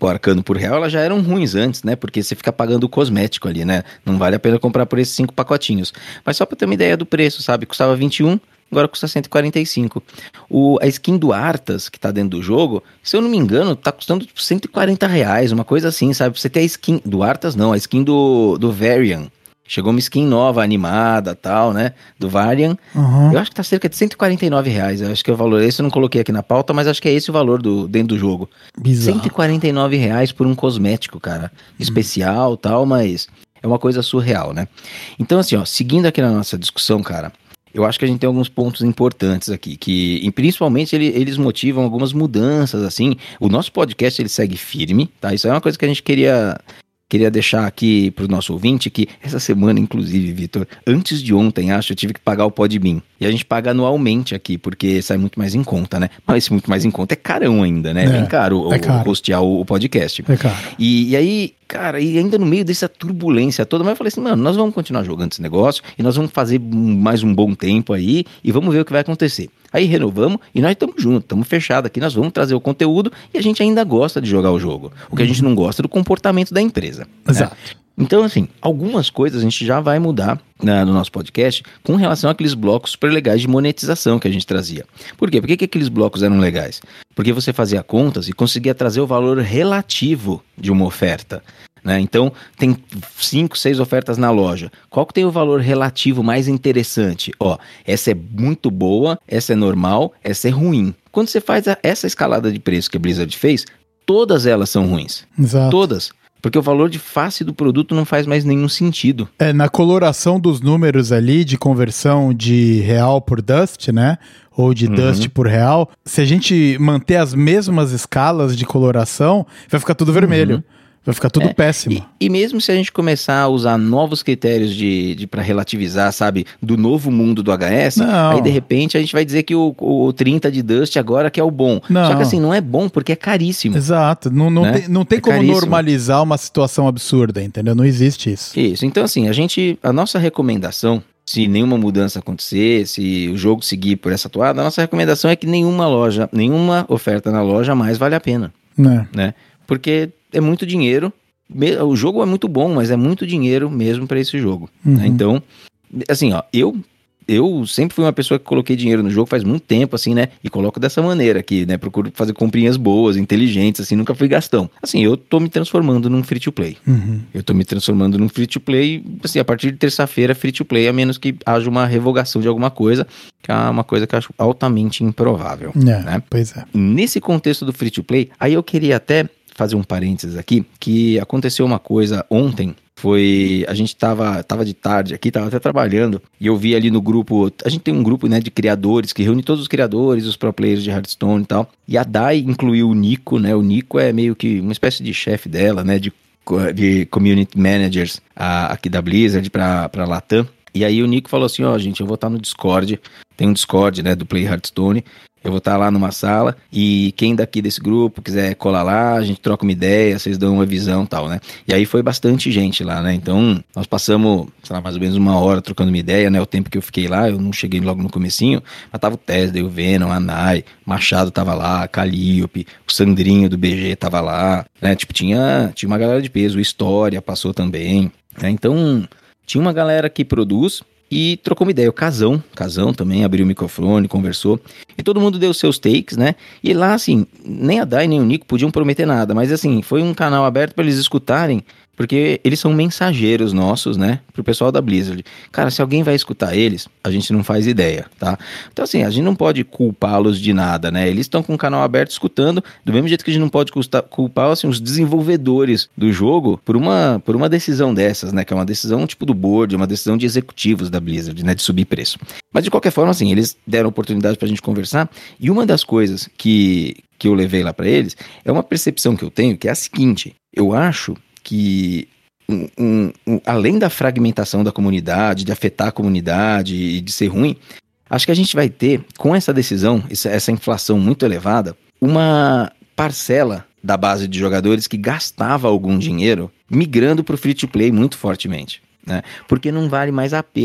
Pô, Arcano por real, elas já eram ruins antes, né? Porque você fica pagando o cosmético ali, né? Não vale a pena comprar por esses cinco pacotinhos. Mas só pra ter uma ideia do preço, sabe? Custava vinte e um, agora custa cento e quarenta e cinco. O, a skin do Arthas, que tá dentro do jogo, se eu não me engano, tá custando tipo cento e quarenta reais, uma coisa assim, sabe? Você tem a skin do Arthas, não, a skin do, do Varian. Chegou uma skin nova, animada, tal, né? Do Varian. Uhum. Eu acho que tá cerca de cento e quarenta e nove reais. Eu acho que é o valor. Esse eu não coloquei aqui na pauta, mas acho que é esse o valor do, dentro do jogo. Bizarro. cento e quarenta e nove reais por um cosmético, cara. Especial, tal, mas é uma coisa surreal, né? Então, assim, ó, seguindo aqui na nossa discussão, cara, eu acho que a gente tem alguns pontos importantes aqui, que e principalmente ele, eles motivam algumas mudanças, assim. O nosso podcast, ele segue firme, tá? Isso é uma coisa que a gente queria... Queria deixar aqui pro nosso ouvinte que essa semana, inclusive, Vitor, antes de ontem, acho, eu tive que pagar o Podbean. E a gente paga anualmente aqui, porque sai muito mais em conta, né? Mas esse muito mais em conta é carão ainda, né? É bem caro, é o, caro. hostear o, o podcast. É caro. E, e aí, cara, e ainda no meio dessa turbulência toda, mas eu falei assim, mano, nós vamos continuar jogando esse negócio e nós vamos fazer mais um bom tempo aí e vamos ver o que vai acontecer. Aí renovamos e nós estamos juntos, estamos fechados aqui, nós vamos trazer o conteúdo e a gente ainda gosta de jogar o jogo. O que a gente não gosta é do comportamento da empresa. Exato. Né? Então, assim, algumas coisas a gente já vai mudar, né, no nosso podcast com relação àqueles blocos super legais de monetização que a gente trazia. Por quê? Por que, que aqueles blocos eram legais? Porque você fazia contas e conseguia trazer o valor relativo de uma oferta. Né? Então, tem cinco, seis ofertas na loja. Qual que tem o valor relativo mais interessante? Ó, essa é muito boa, essa é normal, essa é ruim. Quando você faz a, essa escalada de preço que a Blizzard fez, todas elas são ruins. Exato. Todas. Porque o valor de face do produto não faz mais nenhum sentido. É, na coloração dos números ali, de conversão de real por Dust, né? Ou de Uhum. Dust por real, se a gente manter as mesmas escalas de coloração, vai ficar tudo vermelho. Uhum. Vai ficar tudo É, péssimo. E, e mesmo se a gente começar a usar novos critérios de, de para relativizar, sabe, do novo mundo do H S, Não. aí de repente a gente vai dizer que o, o trinta de Dust agora que é o bom. Não. Só que assim, não é bom porque é caríssimo. Exato. Não, não Né? tem, não tem É como caríssimo. normalizar uma situação absurda, entendeu? Não existe isso. Isso, então assim, a gente, a nossa recomendação, se nenhuma mudança acontecer, se o jogo seguir por essa toada, a nossa recomendação é que nenhuma loja, nenhuma oferta na loja mais vale a pena, Né? né? Porque é muito dinheiro. Me- O jogo é muito bom, mas é muito dinheiro mesmo para esse jogo. Uhum. Né? Então, assim, ó, eu eu sempre fui uma pessoa que coloquei dinheiro no jogo faz muito tempo, assim, né? E coloco dessa maneira aqui, né? Procuro fazer comprinhas boas, inteligentes, assim, nunca fui gastão. Assim, eu tô me transformando num free-to-play. Uhum. Eu tô me transformando num free-to-play, assim, a partir de terça-feira, free-to-play, a menos que haja uma revogação de alguma coisa, que é uma coisa que eu acho altamente improvável, É, né? pois é. Nesse contexto do free-to-play, aí eu queria até fazer um parênteses aqui, que aconteceu uma coisa ontem, foi, a gente tava, tava de tarde aqui, tava até trabalhando, e eu vi ali no grupo, a gente tem um grupo, né, de criadores, que reúne todos os criadores, os pro players de Hearthstone e tal, e a Dai incluiu o Nico, né, o Nico é meio que uma espécie de chefe dela, né, de, co- de community managers a, aqui da Blizzard pra, pra Latam, e aí o Nico falou assim, ó, gente, eu vou estar no Discord, tem um Discord, né, do Play Hearthstone, eu vou estar lá numa sala e quem daqui desse grupo quiser colar lá, a gente troca uma ideia, vocês dão uma visão e tal, né? E aí foi bastante gente lá, né? Então nós passamos, sei lá, mais ou menos uma hora trocando uma ideia, né? O tempo que eu fiquei lá, eu não cheguei logo no comecinho, mas tava o Tesla, o Venom, a Nai, Machado tava lá, a Calliope, o Sandrinho do B G tava lá, né? Tipo, tinha, tinha uma galera de peso, o História passou também, né? Então tinha uma galera que produz e trocou uma ideia. O Casão, Casão também abriu o microfone, conversou. E todo mundo deu seus takes, né? E lá, assim, nem a Dai nem o Nico podiam prometer nada. Mas, assim, foi um canal aberto para eles escutarem. Porque eles são mensageiros nossos, né? Pro pessoal da Blizzard. Cara, se alguém vai escutar eles, a gente não faz ideia, tá? Então, assim, a gente não pode culpá-los de nada, né? Eles estão com o canal aberto escutando, do mesmo jeito que a gente não pode custa- culpar, assim, os desenvolvedores do jogo por uma, por uma decisão dessas, né? Que é uma decisão tipo do board, uma decisão de executivos da Blizzard, né? De subir preço. Mas, de qualquer forma, assim, eles deram oportunidade pra gente conversar. E uma das coisas que, que eu levei lá pra eles é uma percepção que eu tenho, que é a seguinte. Eu acho que um, um, um, além da fragmentação da comunidade, de afetar a comunidade e de ser ruim, acho que a gente vai ter, com essa decisão, essa, essa inflação muito elevada, uma parcela da base de jogadores que gastava algum dinheiro migrando para o free-to-play muito fortemente, né? Porque não vale mais a pena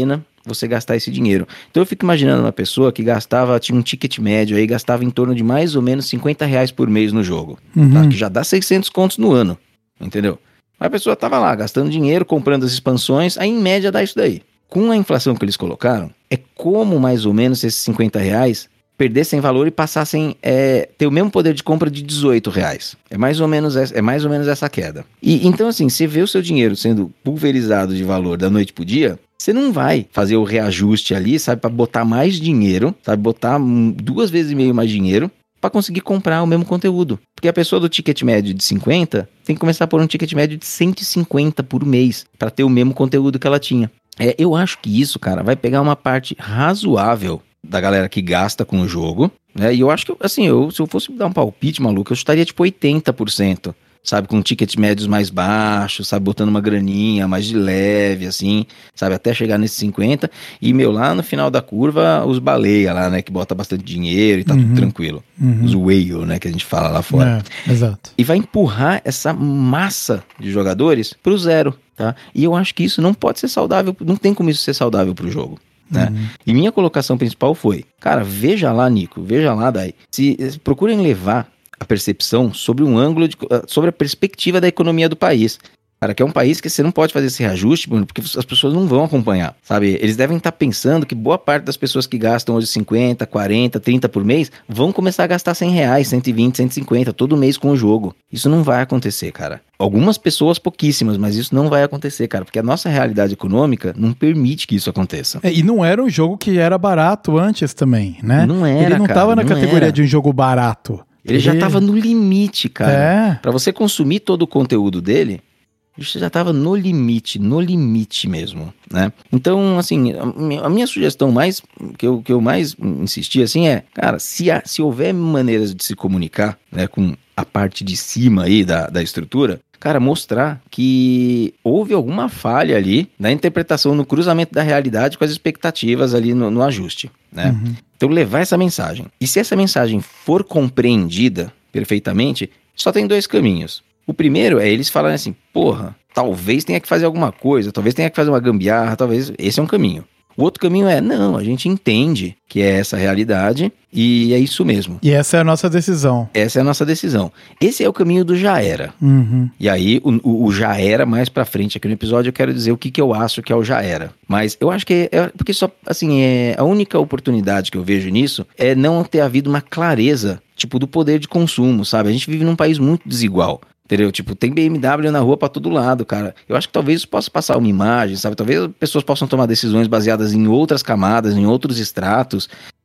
você gastar esse dinheiro. Então eu fico imaginando uma pessoa que gastava, tinha um ticket médio aí, gastava em torno de mais ou menos cinquenta reais por mês no jogo, Uhum. tá? Que já dá seiscentos contos no ano, entendeu? A pessoa tava lá, gastando dinheiro, comprando as expansões, aí em média dá isso daí. Com a inflação que eles colocaram, é como mais ou menos esses cinquenta reais perdessem valor e passassem é, ter o mesmo poder de compra de dezoito reais. É mais ou menos, é mais ou menos essa queda. E então assim, você vê o seu dinheiro sendo pulverizado de valor da noite pro dia, você não vai fazer o reajuste ali, sabe, para botar mais dinheiro, sabe, botar duas vezes e meio mais dinheiro para conseguir comprar o mesmo conteúdo. Porque a pessoa do ticket médio de cinquenta tem que começar por um ticket médio de cento e cinquenta por mês para ter o mesmo conteúdo que ela tinha. É, eu acho que isso, cara, vai pegar uma parte razoável da galera que gasta com o jogo, né? E eu acho que, assim, eu, se eu fosse dar um palpite, maluco, eu chutaria tipo oitenta por cento, sabe? Com tickets médios mais baixos, sabe? Botando uma graninha mais de leve, assim, sabe? Até chegar nesses cinquenta. E, meu, lá no final da curva, os baleia lá, né? Que bota bastante dinheiro e tá Uhum. tudo tranquilo. Uhum. Os whale, né? Que a gente fala lá fora. É, exato. E vai empurrar essa massa de jogadores pro zero, tá? E eu acho que isso não pode ser saudável, não tem como isso ser saudável pro jogo. Né? Uhum. E minha colocação principal foi, cara, veja lá, Nico, veja lá, Dai, se, se procurem levar a percepção sobre um ângulo, de, sobre a perspectiva da economia do país. Cara, que é um país que você não pode fazer esse reajuste, porque as pessoas não vão acompanhar, sabe? Eles devem estar pensando que boa parte das pessoas que gastam hoje cinquenta, quarenta, trinta por mês, vão começar a gastar cem reais, cento e vinte, cento e cinquenta todo mês com o jogo. Isso não vai acontecer, cara. Algumas pessoas, pouquíssimas, mas isso não vai acontecer, cara, porque a nossa realidade econômica não permite que isso aconteça. É, e não era um jogo que era barato antes também, né? Não era, Ele não cara, tava na não categoria era. de um jogo barato. Ele, Ele já tava no limite, cara. É. Pra você consumir todo o conteúdo dele, isso já tava no limite, no limite mesmo, né? Então, assim, a, a minha sugestão mais, que eu, que eu mais insisti, assim, é, cara, se, há, se houver maneiras de se comunicar, né, com a parte de cima aí da, da estrutura, cara, mostrar que houve alguma falha ali na interpretação, no cruzamento da realidade com as expectativas ali no, no ajuste, né? Uhum. Então, levar essa mensagem. E se essa mensagem for compreendida perfeitamente, só tem dois caminhos. O primeiro é eles falarem assim, porra, talvez tenha que fazer alguma coisa, talvez tenha que fazer uma gambiarra, talvez, esse é um caminho. O outro caminho é, não, a gente entende que é essa a realidade e é isso mesmo. E essa é a nossa decisão. Essa é a nossa decisão. Esse é o caminho do já era. Uhum. E aí, o, o, o já era, mais pra frente aqui no episódio, eu quero dizer o que, que eu acho que é o já era. Mas eu acho que, é, porque só, assim, é, a única oportunidade que eu vejo nisso é não ter havido uma clareza, tipo, do poder de consumo, sabe? A gente vive num país muito desigual. Entendeu? Tipo, tem B M W na rua pra todo lado, cara. Eu acho que talvez isso possa passar uma imagem, sabe? Talvez as pessoas possam tomar decisões baseadas em outras camadas, em outros estratos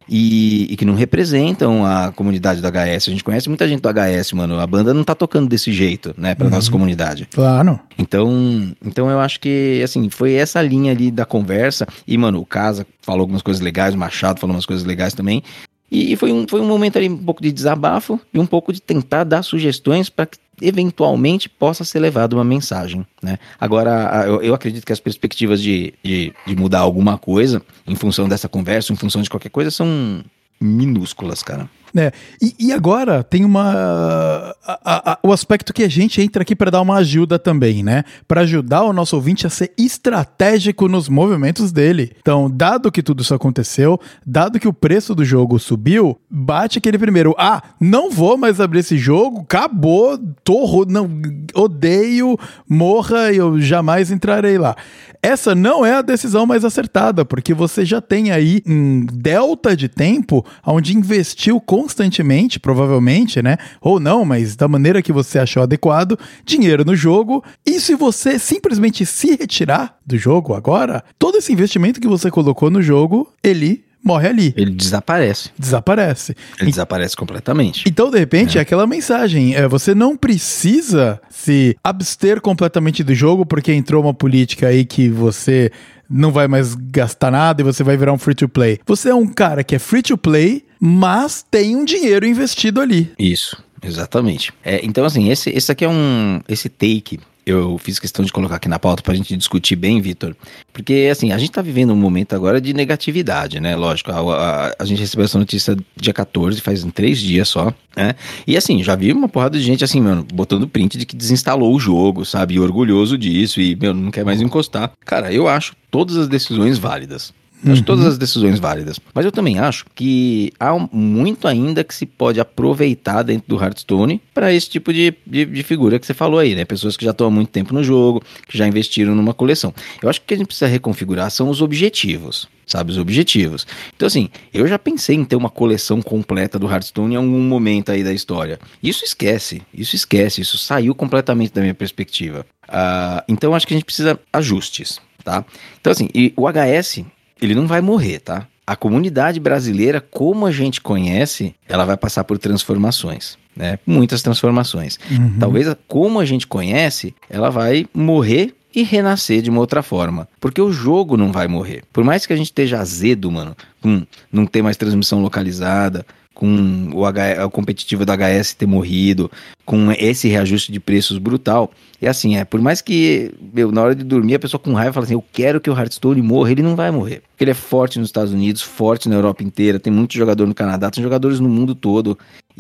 e, e que não representam a comunidade do H S. A gente conhece muita gente do H S, mano. A banda não tá tocando desse jeito, né? Pra uhum. nossa comunidade. Claro. Então, então eu acho que, assim, foi essa linha ali da conversa. E, mano, o Casa falou algumas coisas legais, o Machado falou umas coisas legais também. E foi um, foi um momento ali um pouco de desabafo e um pouco de tentar dar sugestões para que eventualmente possa ser levada uma mensagem, né? Agora, eu, eu acredito que as perspectivas de, de, de mudar alguma coisa em função dessa conversa, em função de qualquer coisa, são minúsculas, cara. É, e, e agora tem uma a, a, a, o aspecto que a gente entra aqui para dar uma ajuda também, né? Para ajudar o nosso ouvinte a ser estratégico nos movimentos dele. Então, dado que tudo isso aconteceu, dado que o preço do jogo subiu, bate aquele primeiro, ah, não vou mais abrir esse jogo, acabou, tô, não, odeio, morra, eu jamais entrarei lá. Essa não é a decisão mais acertada, porque você já tem aí um delta de tempo onde investiu constantemente, provavelmente, né? Ou não, mas da maneira que você achou adequado, dinheiro no jogo. E se você simplesmente se retirar do jogo agora, todo esse investimento que você colocou no jogo, ele morre ali. Ele desaparece. Desaparece. Ele e... desaparece completamente. Então, de repente, é, é aquela mensagem. É, você não precisa se abster completamente do jogo porque entrou uma política aí que você não vai mais gastar nada e você vai virar um free-to-play. Você é um cara que é free-to-play, mas tem um dinheiro investido ali. Isso, exatamente. É, então, assim, esse, esse aqui é um... Esse take... Eu fiz questão de colocar aqui na pauta pra gente discutir bem, Vitor, porque, assim, a gente tá vivendo um momento agora de negatividade, né? Lógico, a, a, a gente recebeu essa notícia dia catorze, faz em três dias só, né? E, assim, já vi uma porrada de gente, assim, mano, botando print de que desinstalou o jogo, sabe? E orgulhoso disso e, meu, não quer mais encostar. Cara, eu acho todas as decisões válidas. Uhum. Acho todas as decisões válidas. Mas eu também acho que há muito ainda que se pode aproveitar dentro do Hearthstone para esse tipo de, de, de figura que você falou aí, né? Pessoas que já estão há muito tempo no jogo, que já investiram numa coleção. Eu acho que o que a gente precisa reconfigurar são os objetivos. Sabe, os objetivos. Então, assim, eu já pensei em ter uma coleção completa do Hearthstone em algum momento aí da história. Isso esquece, isso esquece, isso saiu completamente da minha perspectiva. Uh, então, eu acho que a gente precisa ajustes, tá? Então, assim, e o H S, ele não vai morrer, tá? A comunidade brasileira, como a gente conhece, ela vai passar por transformações, né? Muitas transformações. Uhum. Talvez, como a gente conhece, ela vai morrer e renascer de uma outra forma. Porque o jogo não vai morrer. Por mais que a gente esteja azedo, mano, com não ter mais transmissão localizada, com o, H, o competitivo do H S ter morrido, com esse reajuste de preços brutal, é assim, é, por mais que, meu, na hora de dormir a pessoa com raiva fala assim, eu quero que o Hearthstone morra, ele não vai morrer. Porque ele é forte nos Estados Unidos, forte na Europa inteira, tem muito jogador no Canadá, tem jogadores no mundo todo,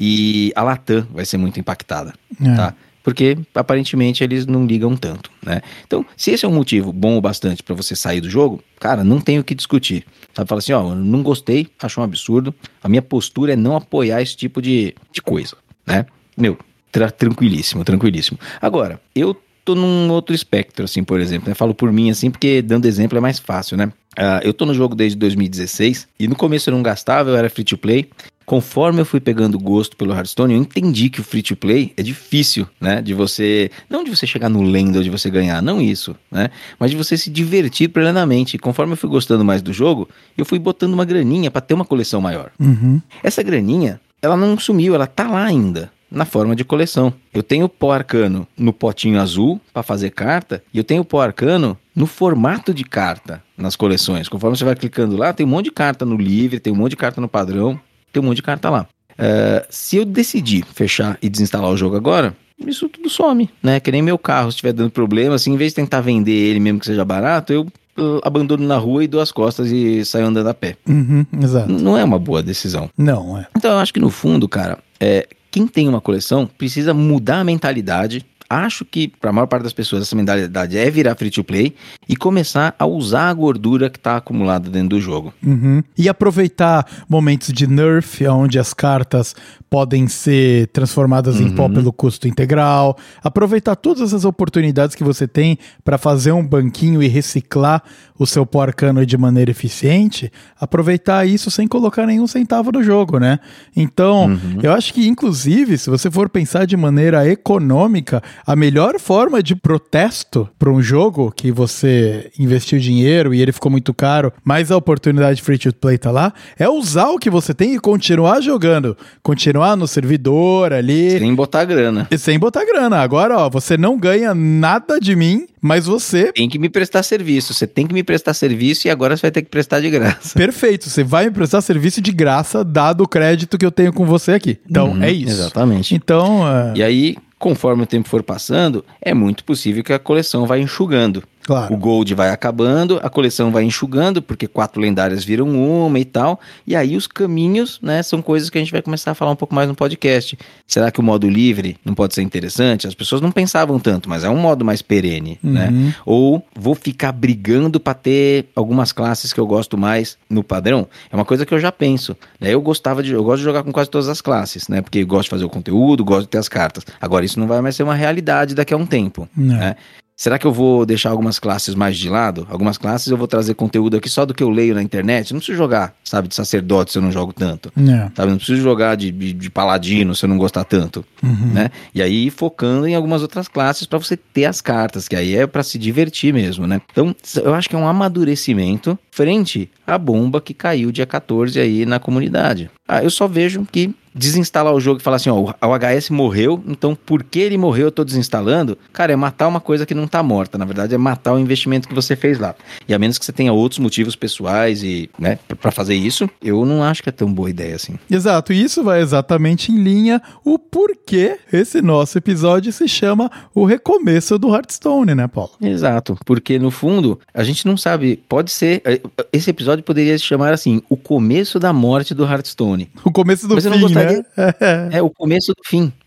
e a Latam vai ser muito impactada, é. tá? Porque, aparentemente, eles não ligam tanto, né? Então, se esse é um motivo bom o bastante para você sair do jogo, cara, não tem o que discutir. Sabe, fala assim, ó, não gostei, acho um absurdo, a minha postura é não apoiar esse tipo de, de coisa, né? Meu, tra- tranquilíssimo, tranquilíssimo. Agora, eu tô num outro espectro, assim, por exemplo, né? Falo por mim, assim, porque dando exemplo é mais fácil, né? Uh, eu tô no jogo desde dois mil e dezesseis, e no começo eu não gastava, eu era free to play. Conforme eu fui pegando gosto pelo Hearthstone, eu entendi que o free to play é difícil, né? De você, não de você chegar no lenda ou de você ganhar, não isso, né? Mas de você se divertir plenamente. Conforme eu fui gostando mais do jogo, eu fui botando uma graninha pra ter uma coleção maior. Uhum. Essa graninha, ela não sumiu, ela tá lá ainda, na forma de coleção. Eu tenho o pó arcano no potinho azul pra fazer carta, e eu tenho o pó arcano no formato de carta nas coleções. Conforme você vai clicando lá, tem um monte de carta no livre, tem um monte de carta no padrão, tem um monte de carta lá. Uh, se eu decidir fechar e desinstalar o jogo agora, isso tudo some, né? Que nem meu carro, se estiver dando problema, assim, em vez de tentar vender ele mesmo que seja barato, eu uh, abandono na rua e dou as costas e saio andando a pé. Uhum, exato. N- não é uma boa decisão. Não, é. Então eu acho que no fundo, cara, é, quem tem uma coleção precisa mudar a mentalidade. Acho que para a maior parte das pessoas essa mentalidade é virar free to play e começar a usar a gordura que está acumulada dentro do jogo. Uhum. E aproveitar momentos de nerf, onde as cartas podem ser transformadas uhum. em pó pelo custo integral. Aproveitar todas essas oportunidades que você tem para fazer um banquinho e reciclar o seu pó arcano de maneira eficiente. Aproveitar isso sem colocar nenhum centavo no jogo, né? Então, uhum. eu acho que, inclusive, se você for pensar de maneira econômica, a melhor forma de protesto para um jogo que você investiu dinheiro e ele ficou muito caro, mas a oportunidade free to play tá lá, é usar o que você tem e continuar jogando. Continuar no servidor ali. Sem botar grana. E sem botar grana. Agora, ó, você não ganha nada de mim, mas você... Tem que me prestar serviço. Você tem que me prestar serviço e agora você vai ter que prestar de graça. Perfeito. Você vai me prestar serviço de graça, dado o crédito que eu tenho com você aqui. Então, uhum, é isso. Exatamente. Então... Uh... E aí... Conforme o tempo for passando, é muito possível que a coleção vai enxugando. Claro. O Gold vai acabando, a coleção vai enxugando, porque quatro lendárias viram uma e tal. E aí os caminhos, né, são coisas que a gente vai começar a falar um pouco mais no podcast. Será que o modo livre não pode ser interessante? As pessoas não pensavam tanto, mas é um modo mais perene, uhum. né? Ou vou ficar brigando para ter algumas classes que eu gosto mais no padrão? É uma coisa que eu já penso. Né? Eu gostava de, eu gosto de jogar com quase todas as classes, né? Porque eu gosto de fazer o conteúdo, gosto de ter as cartas. Agora isso não vai mais ser uma realidade daqui a um tempo, não. né? Será que eu vou deixar algumas classes mais de lado? Algumas classes eu vou trazer conteúdo aqui só do que eu leio na internet? Não preciso jogar, sabe, de sacerdote se eu não jogo tanto. Não, sabe? Não preciso jogar de, de, de paladino se eu não gostar tanto. Uhum. Né? E aí focando em algumas outras classes para você ter as cartas, que aí é para se divertir mesmo, né? Então eu acho que é um amadurecimento frente à bomba que caiu dia quatorze aí na comunidade. Ah, eu só vejo que desinstalar o jogo e falar assim, ó, o H S morreu, então por que ele morreu eu tô desinstalando? Cara, é matar uma coisa que não tá morta, na verdade é matar o investimento que você fez lá. E a menos que você tenha outros motivos pessoais e, né, pra fazer isso, eu não acho que é tão boa ideia assim. Exato, e isso vai exatamente em linha o porquê esse nosso episódio se chama O Recomeço do Hearthstone, né, Paulo? Exato, porque no fundo, a gente não sabe, pode ser, esse episódio poderia se chamar assim, o começo da morte do Hearthstone. O começo do Mas fim, eu não gostaria, né? É o começo do fim.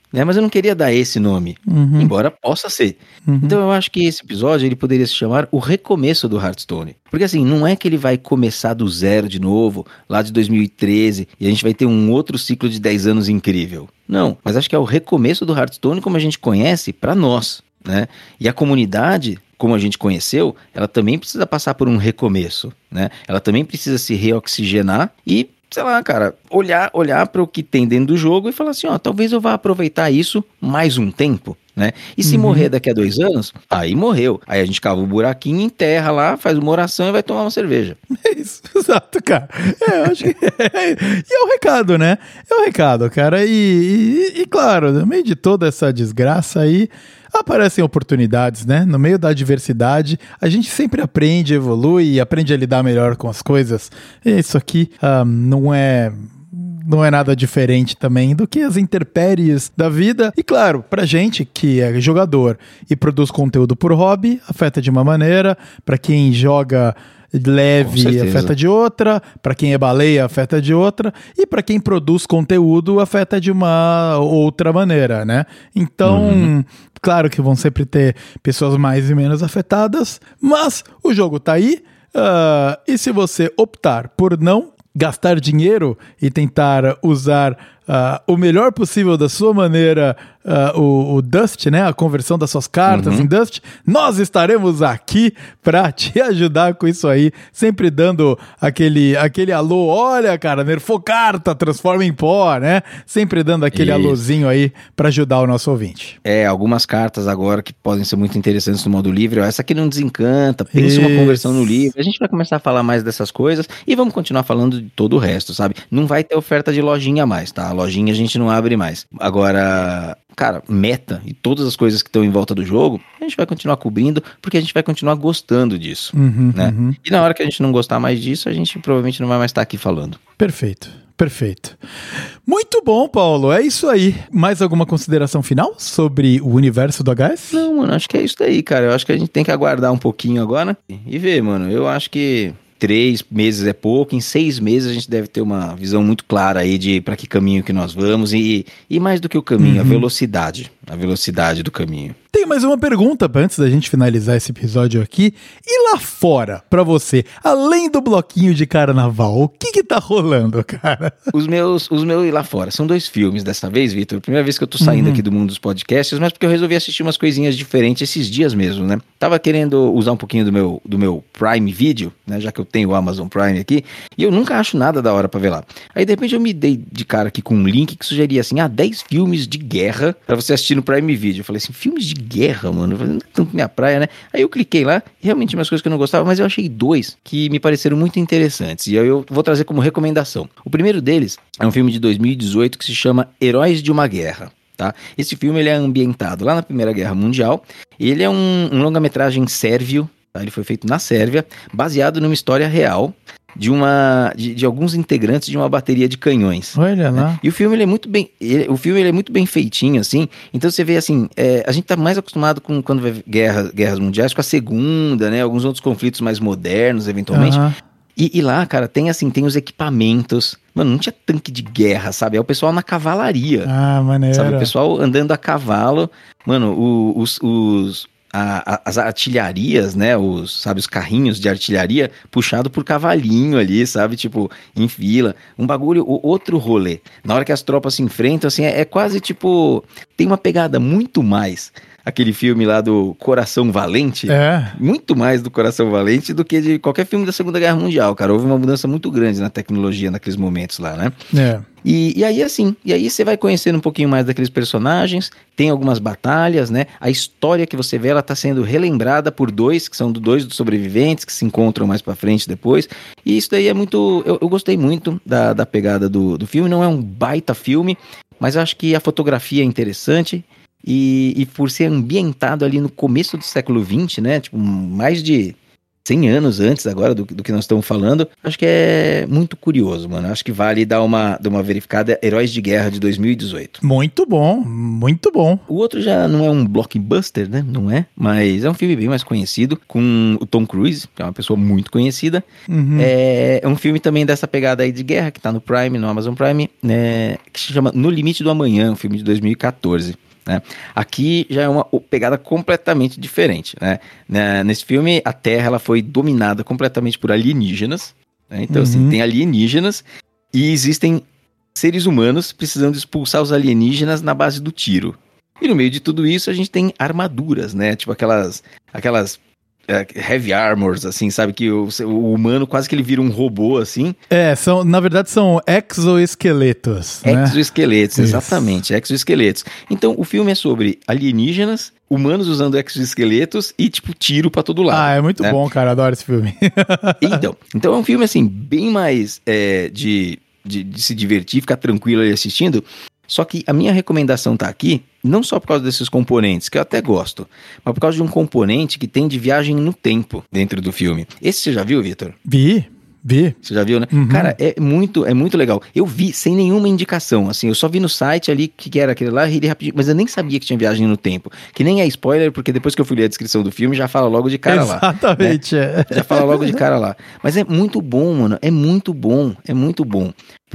né? Mas eu não queria dar esse nome, Uhum. embora possa ser. Uhum. Então eu acho que esse episódio ele poderia se chamar O Recomeço do Hearthstone. Porque assim, não é que ele vai começar do zero de novo, lá de dois mil e treze, e a gente vai ter um outro ciclo de dez anos incrível. Não, mas acho que é o recomeço do Hearthstone como a gente conhece pra nós, né? E a comunidade, como a gente conheceu, ela também precisa passar por um recomeço, né? Ela também precisa se reoxigenar e, sei lá, cara, olhar, olhar para o que tem dentro do jogo e falar assim, ó, talvez eu vá aproveitar isso mais um tempo, né? E se Uhum. morrer daqui a dois anos, aí morreu. Aí a gente cava um buraquinho, enterra lá, faz uma oração e vai tomar uma cerveja. É isso, exato, cara. É, eu acho que é, e é o recado, né? É o recado, cara. E, e, e, claro, no meio de toda essa desgraça aí, aparecem oportunidades, né? No meio da adversidade, a gente sempre aprende, evolui e aprende a lidar melhor com as coisas. E isso aqui ah, não é... não é nada diferente também do que as intempéries da vida. E claro, pra gente que é jogador e produz conteúdo por hobby, afeta de uma maneira. Pra quem joga leve, afeta de outra. Pra quem é baleia, afeta de outra. E pra quem produz conteúdo, afeta de uma outra maneira, né? Então, uhum. claro que vão sempre ter pessoas mais e menos afetadas, mas o jogo tá aí. Uh, e se você optar por não gastar dinheiro e tentar usar uh, o melhor possível da sua maneira uh, o, o Dust, né? A conversão das suas cartas uhum. em Dust, nós estaremos aqui para te ajudar com isso aí, sempre dando aquele, aquele alô, olha, cara, nerfou carta, transforma em pó, né? Sempre dando aquele isso. alôzinho aí para ajudar o nosso ouvinte. É, algumas cartas agora que podem ser muito interessantes no modo livre, ó, essa aqui não desencanta, pensa uma conversão no livre, a gente vai começar a falar mais dessas coisas e vamos continuar falando de todo o resto, sabe? Não vai ter oferta de lojinha mais, tá? A lojinha a gente não abre mais. Agora, cara, meta e todas as coisas que estão em volta do jogo, a gente vai continuar cobrindo porque a gente vai continuar gostando disso, uhum, né? Uhum. E na hora que a gente não gostar mais disso, a gente provavelmente não vai mais estar aqui falando. Perfeito. Perfeito. Muito bom, Paulo. É isso aí. Mais alguma consideração final sobre o universo do H S? Não, mano, acho que é isso daí, cara. Eu acho que a gente tem que aguardar um pouquinho agora e ver, mano. Eu acho que três meses é pouco, em seis meses a gente deve ter uma visão muito clara aí de para que caminho que nós vamos e, e mais do que o caminho, uhum. a velocidade, a velocidade do caminho. Tem mais uma pergunta antes da gente finalizar esse episódio aqui. E lá fora, pra você, além do bloquinho de carnaval, o que que tá rolando, cara? Os meus, os meus lá fora, são dois filmes dessa vez, Vitor. Primeira vez que eu tô saindo uhum. aqui do mundo dos podcasts, mas porque eu resolvi assistir umas coisinhas diferentes esses dias mesmo, né? Tava querendo usar um pouquinho do meu, do meu Prime Video, né? Já que eu tenho o Amazon Prime aqui, e eu nunca acho nada da hora pra ver lá. Aí de repente eu me dei de cara aqui com um link que sugeria assim, ah, dez filmes de guerra pra você assistir no Prime Video. Eu falei assim, filmes de guerra, mano, eu falei, não é tanto minha praia, né? Aí eu cliquei lá, realmente umas coisas que eu não gostava, mas eu achei dois que me pareceram muito interessantes, e aí eu vou trazer como recomendação. O primeiro deles é um filme de dois mil e dezoito que se chama Heróis de uma Guerra. Tá? Esse filme ele é ambientado lá na Primeira Guerra Mundial, ele é um, um longa-metragem sérvio, tá? Ele foi feito na Sérvia, baseado numa história real de, uma, de, de alguns integrantes de uma bateria de canhões. Olha lá. Né? E o filme ele é muito bem, ele, o filme ele é muito bem feitinho, assim. Então você vê assim, é, a gente tá mais acostumado com quando vê guerra, guerras mundiais com a Segunda, né? Alguns outros conflitos mais modernos, eventualmente. Uhum. E, e lá, cara, tem assim, tem os equipamentos. Mano, não tinha tanque de guerra, sabe? É o pessoal na cavalaria. Ah, maneiro. Sabe? O pessoal andando a cavalo. Mano, o, os, os, a, a, as artilharias, né? Os, sabe, os carrinhos de artilharia puxado por cavalinho ali, sabe? Tipo, em fila. Um bagulho, o outro rolê. Na hora que as tropas se enfrentam, assim, é, é quase tipo... Tem uma pegada muito mais... Aquele filme lá do Coração Valente, é. muito mais do Coração Valente do que de qualquer filme da Segunda Guerra Mundial, cara. Houve uma mudança muito grande na tecnologia naqueles momentos lá, né? É. E, e aí, assim, e aí você vai conhecendo um pouquinho mais daqueles personagens, tem algumas batalhas, né? A história que você vê, ela tá sendo relembrada por dois, que são dois dos sobreviventes, que se encontram mais pra frente depois. E isso daí é muito... Eu, eu gostei muito da, da pegada do, do filme. Não é um baita filme, mas eu acho que a fotografia é interessante. E, e por ser ambientado ali no começo do século vinte, né? Tipo, mais de cem anos antes agora do, do que nós estamos falando, acho que é muito curioso, mano. Acho que vale dar uma, dar uma verificada. Heróis de Guerra de dois mil e dezoito. Muito bom, muito bom. O outro já não é um blockbuster, né? Não é, mas é um filme bem mais conhecido, com o Tom Cruise, que é uma pessoa muito conhecida. Uhum. É, é um filme também dessa pegada aí de guerra, que tá no Prime, no Amazon Prime, né? Que se chama No Limite do Amanhã, um filme de dois mil e catorze. Né? Aqui já é uma pegada completamente diferente, né? Nesse filme, a Terra ela foi dominada completamente por alienígenas, né? Então, uhum. assim, tem alienígenas e existem seres humanos precisando expulsar os alienígenas na base do tiro. E no meio de tudo isso, a gente tem armaduras, né? Tipo aquelas, aquelas heavy armors, assim, sabe? Que o, o humano quase que ele vira um robô, assim. É, são, na verdade são exoesqueletos, né? Exoesqueletos, exatamente, exoesqueletos. Então, o filme é sobre alienígenas, humanos usando exoesqueletos e, tipo, tiro pra todo lado. Ah, é muito, né? Bom, cara, adoro esse filme. então, então é um filme, assim, bem mais é, de, de, de se divertir, ficar tranquilo ali assistindo. Só que a minha recomendação tá aqui, não só por causa desses componentes, que eu até gosto, mas por causa de um componente que tem de viagem no tempo dentro do filme. Esse você já viu, Vitor? Vi, vi. Você já viu, né? Uhum. Cara, é muito, é muito legal. Eu vi sem nenhuma indicação, assim, eu só vi no site ali que, que era aquele lá, e rapidinho, mas eu nem sabia que tinha viagem no tempo. Que nem é spoiler, porque depois que eu fui ler a descrição do filme, já fala logo de cara Exatamente, lá. Exatamente, né? é. Já fala logo de cara lá. Mas é muito bom, mano, é muito bom, é muito bom.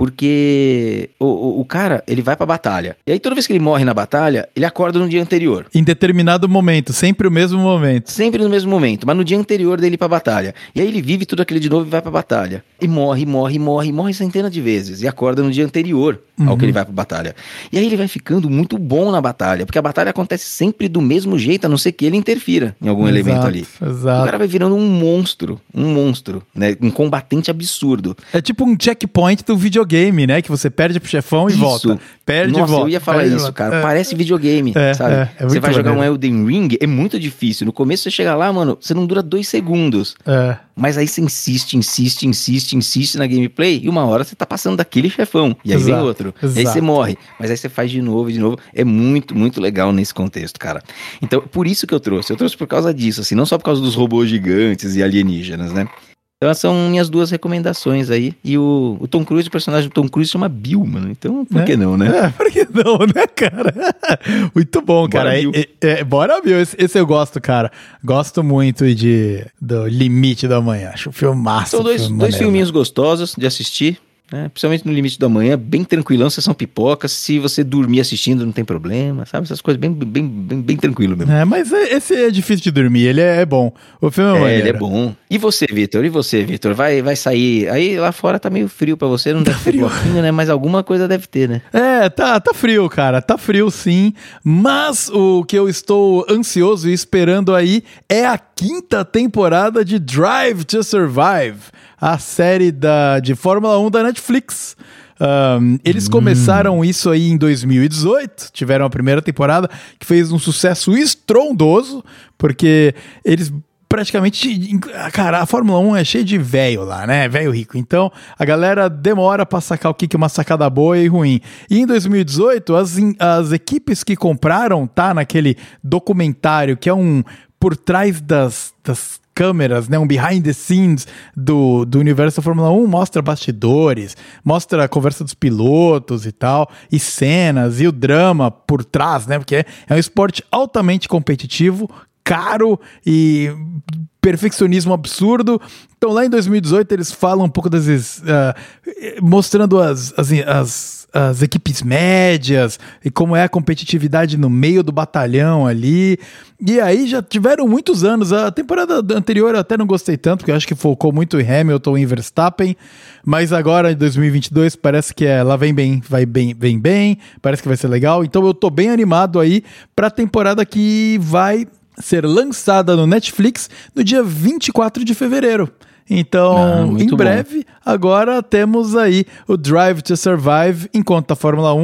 Porque o, o, o cara, ele vai pra batalha. E aí toda vez que ele morre na batalha, ele acorda no dia anterior. Em determinado momento, sempre o mesmo momento. Sempre no mesmo momento, mas no dia anterior dele ir pra batalha. E aí ele vive tudo aquilo de novo e vai pra batalha. E morre, morre, morre, morre centenas de vezes. E acorda no dia anterior ao uhum. que ele vai pra batalha. E aí ele vai ficando muito bom na batalha, porque a batalha acontece sempre do mesmo jeito, a não ser que ele interfira em algum exato, elemento ali. Exato. O cara vai virando um monstro, um monstro, né? Um combatente absurdo. É tipo um checkpoint do videogame, né? Que você perde pro chefão e isso. volta. Perde Nossa, e volta. eu ia falar isso, volta. cara. É. Parece videogame, é, sabe? É, é você vai jogar maneiro. um Elden Ring, é muito difícil. No começo você chega lá, mano, você não dura dois segundos. É. Mas aí você insiste, insiste, insiste, insiste na gameplay e uma hora você tá passando daquele chefão. E aí exato, vem outro. Exato. E aí você morre. Mas aí você faz de novo e de novo. É muito, muito legal nesse contexto, cara. Então, por isso que eu trouxe. Eu trouxe por causa disso, assim. Não só por causa dos robôs gigantes e alienígenas, né? Então essas são minhas duas recomendações aí. E o, o Tom Cruise, o personagem do Tom Cruise chama Bill, mano. Então, por é? que não, né? É, por que não, né, cara? Muito bom, cara. Bora, Bill. É, é, bora, Bill. Esse, esse eu gosto, cara. Gosto muito de, do Limite da Manhã. Acho um filme massa. São dois, filme dois maneiro, filminhos gostosos de assistir. É, principalmente no Limite da Manhã, bem tranquilão, sessão pipoca, se você dormir assistindo não tem problema, sabe? Essas coisas bem, bem, bem, bem tranquilo mesmo. É, mas esse é difícil de dormir, ele é bom. O filme é, é maneiro. Ele é bom. E você, Vitor? E você, Vitor? Vai, vai sair... Aí lá fora tá meio frio pra você, não tá deve frio. ter bloquinho, né? Mas alguma coisa deve ter, né? É, tá, tá frio, cara, tá frio sim, mas o que eu estou ansioso e esperando aí é a quinta temporada de Drive to Survive, a série da, de Fórmula um da Netflix. Um, eles hum. começaram isso aí em dois mil e dezoito, tiveram a primeira temporada que fez um sucesso estrondoso, porque eles praticamente, cara, a Fórmula um é cheia de velho lá, né, velho rico, então a galera demora pra sacar o que é uma sacada boa e ruim. E em dois mil e dezoito, as, as equipes que compraram, tá naquele documentário que é um por trás das, das câmeras, né, um behind the scenes do, do universo da Fórmula um, mostra bastidores, mostra a conversa dos pilotos e tal, e cenas, e o drama por trás, né, porque é, é um esporte altamente competitivo, caro e perfeccionismo absurdo. Então lá em dois mil e dezoito eles falam um pouco das uh, mostrando as, as, as, as equipes médias e como é a competitividade no meio do batalhão ali. E aí já tiveram muitos anos. A temporada anterior eu até não gostei tanto, porque eu acho que focou muito em Hamilton e Verstappen, mas agora em dois mil e vinte e dois parece que ela vem bem, vai bem, bem, bem, parece que vai ser legal. Então eu tô bem animado aí pra temporada que vai ser lançada no Netflix no dia vinte e quatro de fevereiro. Então, ah, em breve, bom. Agora temos aí o Drive to Survive, enquanto a Fórmula um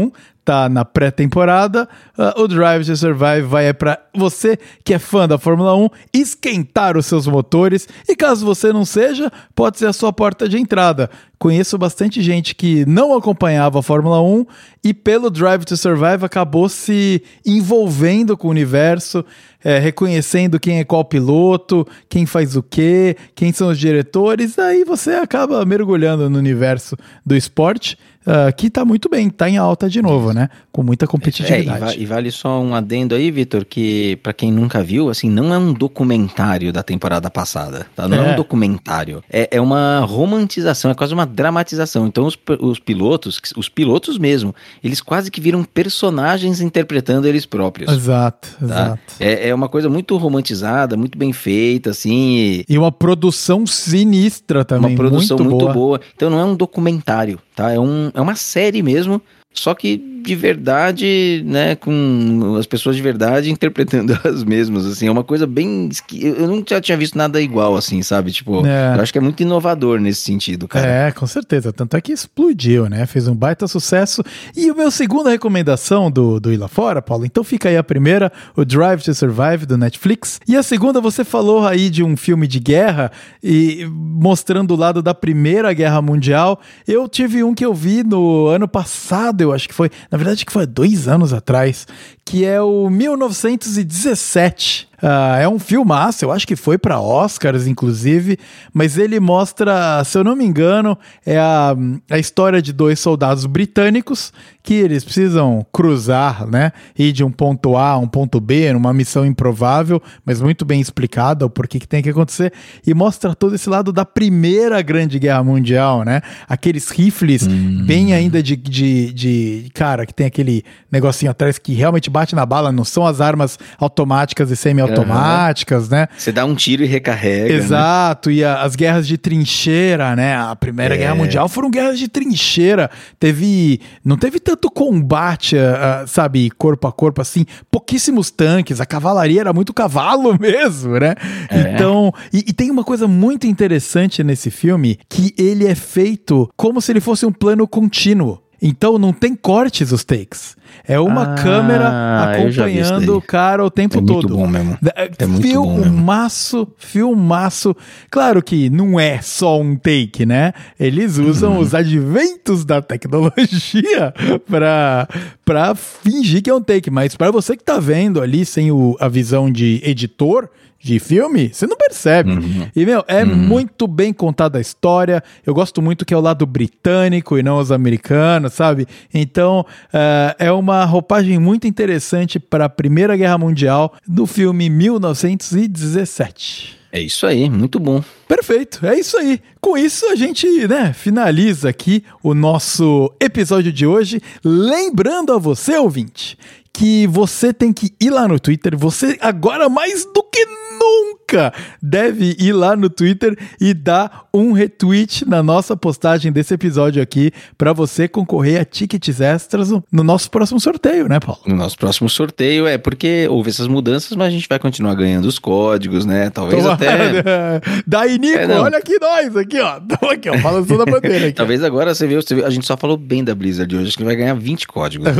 tá na pré-temporada, uh, o Drive to Survive vai é para você que é fã da Fórmula um esquentar os seus motores, e caso você não seja, pode ser a sua porta de entrada. Conheço bastante gente que não acompanhava a Fórmula um e pelo Drive to Survive acabou se envolvendo com o universo, é, reconhecendo quem é qual piloto, quem faz o quê, quem são os diretores, aí você acaba mergulhando no universo do esporte, uh, que tá muito bem, tá em alta de novo, né? Com muita competitividade. É, e, va- e vale só um adendo aí, Vitor, que pra quem nunca viu, assim, não é um documentário da temporada passada, tá? Não é, é um documentário, é, é uma romantização, é quase uma dramatização. Então os, os pilotos, os pilotos mesmo, eles quase que viram personagens interpretando eles próprios. Exato, tá? exato. É, é uma coisa muito romantizada, muito bem feita, assim. E, e uma produção sinistra também, uma produção muito, muito boa. boa. Então não é um documentário, tá? É, um, é uma série mesmo, só que de verdade, né, com as pessoas de verdade interpretando as mesmas, assim, é uma coisa bem... Eu nunca tinha visto nada igual, assim, sabe? Tipo, é. eu acho que é muito inovador nesse sentido, cara. É, com certeza, tanto é que explodiu, né? Fez um baita sucesso. E o meu segunda recomendação do, do Ir Lá Fora, Paulo, então fica aí a primeira, o Drive to Survive, do Netflix. E a segunda, você falou aí de um filme de guerra, e mostrando o lado da Primeira Guerra Mundial. Eu tive um que eu vi no ano passado, eu acho que foi... Na verdade, que foi dois anos atrás, que é o mil novecentos e dezessete. Uh, é um filmaço, eu acho que foi para Oscars, inclusive, mas ele mostra, se eu não me engano, é a, a história de dois soldados britânicos que eles precisam cruzar, né, ir de um ponto A a um ponto B, numa missão improvável, mas muito bem explicada o porquê que tem que acontecer, e mostra todo esse lado da Primeira Grande Guerra Mundial, né, aqueles rifles hum. bem ainda de, de, de, cara, que tem aquele negocinho atrás que realmente bate na bala, não são as armas automáticas e semi automáticas, uhum. né? Você dá um tiro e recarrega. Exato, né? E a, as guerras de trincheira, né? A Primeira é. Guerra Mundial foram guerras de trincheira. Teve, não teve tanto combate, uh, sabe, corpo a corpo, assim, pouquíssimos tanques, a cavalaria era muito cavalo mesmo, né? É. Então, e, e tem uma coisa muito interessante nesse filme, que ele é feito como se ele fosse um plano contínuo. Então não tem cortes os takes. É uma ah, câmera acompanhando o cara o tempo é todo. Muito bom mesmo. É muito filmaço, bom filmaço. Claro que não é só um take, né? Eles usam uhum. os adventos da tecnologia pra, pra fingir que é um take. Mas pra você que tá vendo ali sem o, a visão de editor de filme, você não percebe. Uhum. E, meu, é uhum. muito bem contada a história. Eu gosto muito que é o lado britânico e não os americanos, sabe? Então, uh, é uma roupagem muito interessante para a Primeira Guerra Mundial do filme mil novecentos e dezessete. É isso aí, muito bom. Perfeito, é isso aí. Com isso a gente, né, finaliza aqui o nosso episódio de hoje. Lembrando a você, ouvinte, que você tem que ir lá no Twitter. Você agora mais do que nunca deve ir lá no Twitter e dar um retweet na nossa postagem desse episódio aqui para você concorrer a tickets extras no nosso próximo sorteio, né, Paulo? No nosso próximo sorteio, é porque houve essas mudanças, mas a gente vai continuar ganhando os códigos, né? Talvez Toma, até... Daí, Nico, é, olha aqui nós, aqui, ó. Estamos aqui, ó, falando toda a bandeira aqui. Talvez agora você viu, você viu, a gente só falou bem da Blizzard hoje, acho que vai ganhar vinte códigos.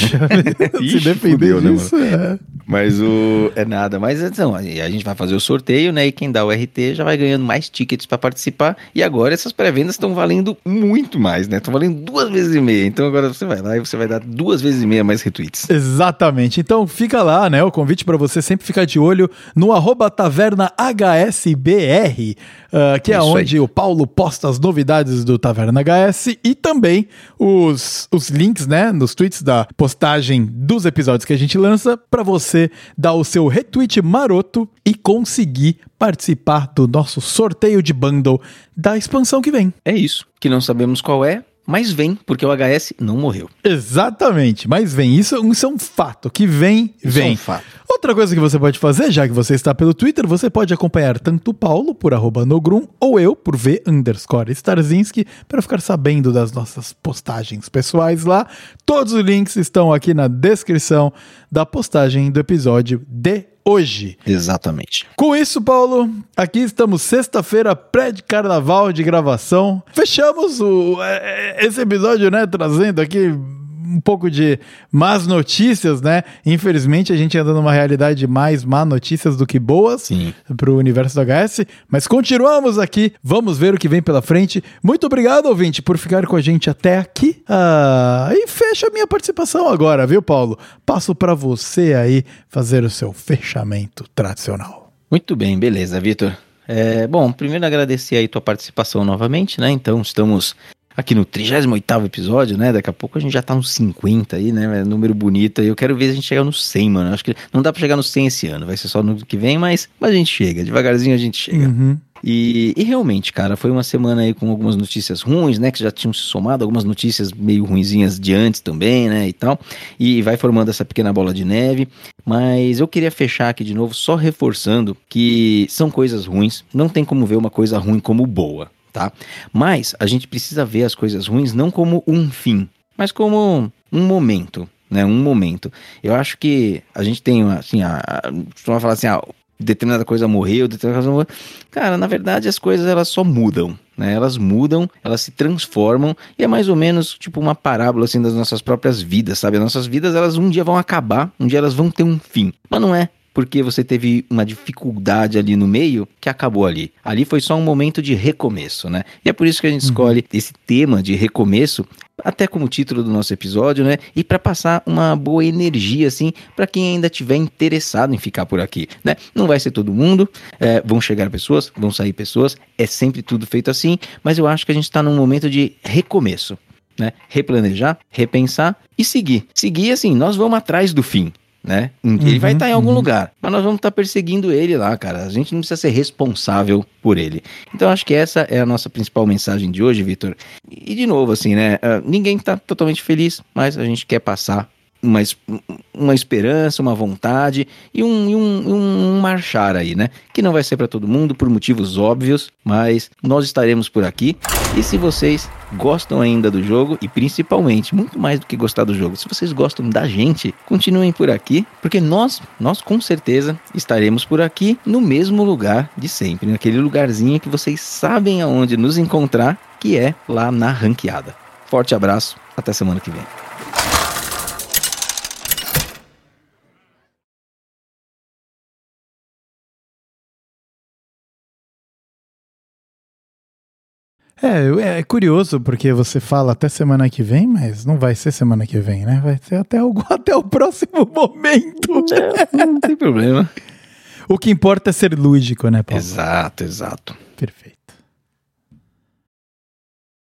Se depender disso, né, é. Mas o... É nada, mas então, a gente vai fazer o sorteio, né? E quem dá o R T já vai ganhando mais tickets para participar. E agora essas pré-vendas estão valendo muito mais, né? Estão valendo duas vezes e meia. Então agora você vai lá e você vai dar duas vezes e meia mais retweets. Exatamente. Então fica lá, né? O convite para você sempre ficar de olho no arroba taverna H S B R, uh, que é Isso onde aí. o Paulo posta as novidades do Taverna H S e também os, os links, né? Nos tweets da postagem dos episódios que a gente lança para você dar o seu retweet maroto e conseguir participar do nosso sorteio de bundle da expansão que vem. É isso, que não sabemos qual é, mas vem, porque o H S não morreu. Exatamente, mas vem. Isso, isso é um fato, que vem, isso vem. É um fato. Outra coisa que você pode fazer, já que você está pelo Twitter, você pode acompanhar tanto o Paulo, por arroba Nogrum, ou eu, por V underscore Starzinski, para ficar sabendo das nossas postagens pessoais lá. Todos os links estão aqui na descrição da postagem do episódio de hoje. Exatamente. Com isso, Paulo, aqui estamos sexta-feira, pré-carnaval de gravação. Fechamos o, esse episódio, né, trazendo aqui um pouco de más notícias, né? Infelizmente a gente anda numa realidade de mais má notícias do que boas para o universo do H S, mas continuamos aqui, vamos ver o que vem pela frente. Muito obrigado, ouvinte, por ficar com a gente até aqui. Ah, e fecha a minha participação agora, viu, Paulo? Passo para você aí fazer o seu fechamento tradicional. Muito bem, beleza, Vitor. É, bom, primeiro agradecer aí tua participação novamente, né? Então estamos aqui no trigésimo oitavo episódio, né? Daqui a pouco a gente já tá nos cinquenta aí, né? É um número bonito aí. Eu quero ver a gente chegar no cem, mano. Acho que não dá pra chegar no cem esse ano, vai ser só no ano que vem, mas, mas a gente chega, devagarzinho a gente chega. Uhum. E, e realmente, cara, foi uma semana aí com algumas notícias ruins, né? Que já tinham se somado, algumas notícias meio ruinzinhas de antes também, né? E tal. E vai formando essa pequena bola de neve. Mas eu queria fechar aqui de novo só reforçando que são coisas ruins. Não tem como ver uma coisa ruim como boa, tá? Mas a gente precisa ver as coisas ruins não como um fim, mas como um momento, né? Um momento. Eu acho que a gente tem, assim, a, a, costuma falar assim, ah, determinada coisa morreu, determinada coisa morreu. Cara, na verdade as coisas elas só mudam, né? Elas mudam, elas se transformam e é mais ou menos tipo uma parábola assim das nossas próprias vidas, sabe? As nossas vidas elas um dia vão acabar, um dia elas vão ter um fim, mas não é porque você teve uma dificuldade ali no meio que acabou ali. Ali foi só um momento de recomeço, né? E é por isso que a gente uhum. escolhe esse tema de recomeço, até como título do nosso episódio, né? E para passar uma boa energia, assim, para quem ainda tiver interessado em ficar por aqui, né? Não vai ser todo mundo, é, vão chegar pessoas, vão sair pessoas, é sempre tudo feito assim, mas eu acho que a gente tá num momento de recomeço, né? Replanejar, repensar e seguir. Seguir, assim, nós vamos atrás do fim, né? Ele uhum, vai estar em algum uhum. lugar, mas nós vamos estar perseguindo ele lá, cara. A gente não precisa ser responsável por ele. Então acho que essa é a nossa principal mensagem de hoje, Vitor. E de novo, assim, né? Uh, ninguém tá totalmente feliz, mas a gente quer passar uma, uma esperança, uma vontade e um, e um, um, um marchar aí, né? Que não vai ser para todo mundo por motivos óbvios, mas nós estaremos por aqui. E se vocês gostam ainda do jogo e principalmente, muito mais do que gostar do jogo, se vocês gostam da gente, continuem por aqui, porque nós, nós com certeza estaremos por aqui no mesmo lugar de sempre, naquele lugarzinho que vocês sabem aonde nos encontrar, que é lá na ranqueada. Forte abraço, até semana que vem. É, é curioso porque você fala até semana que vem, mas não vai ser semana que vem, né? Vai ser até o, até o próximo momento. Não, não tem problema. O que importa é ser lúdico, né, Paulo? Exato, exato. Perfeito.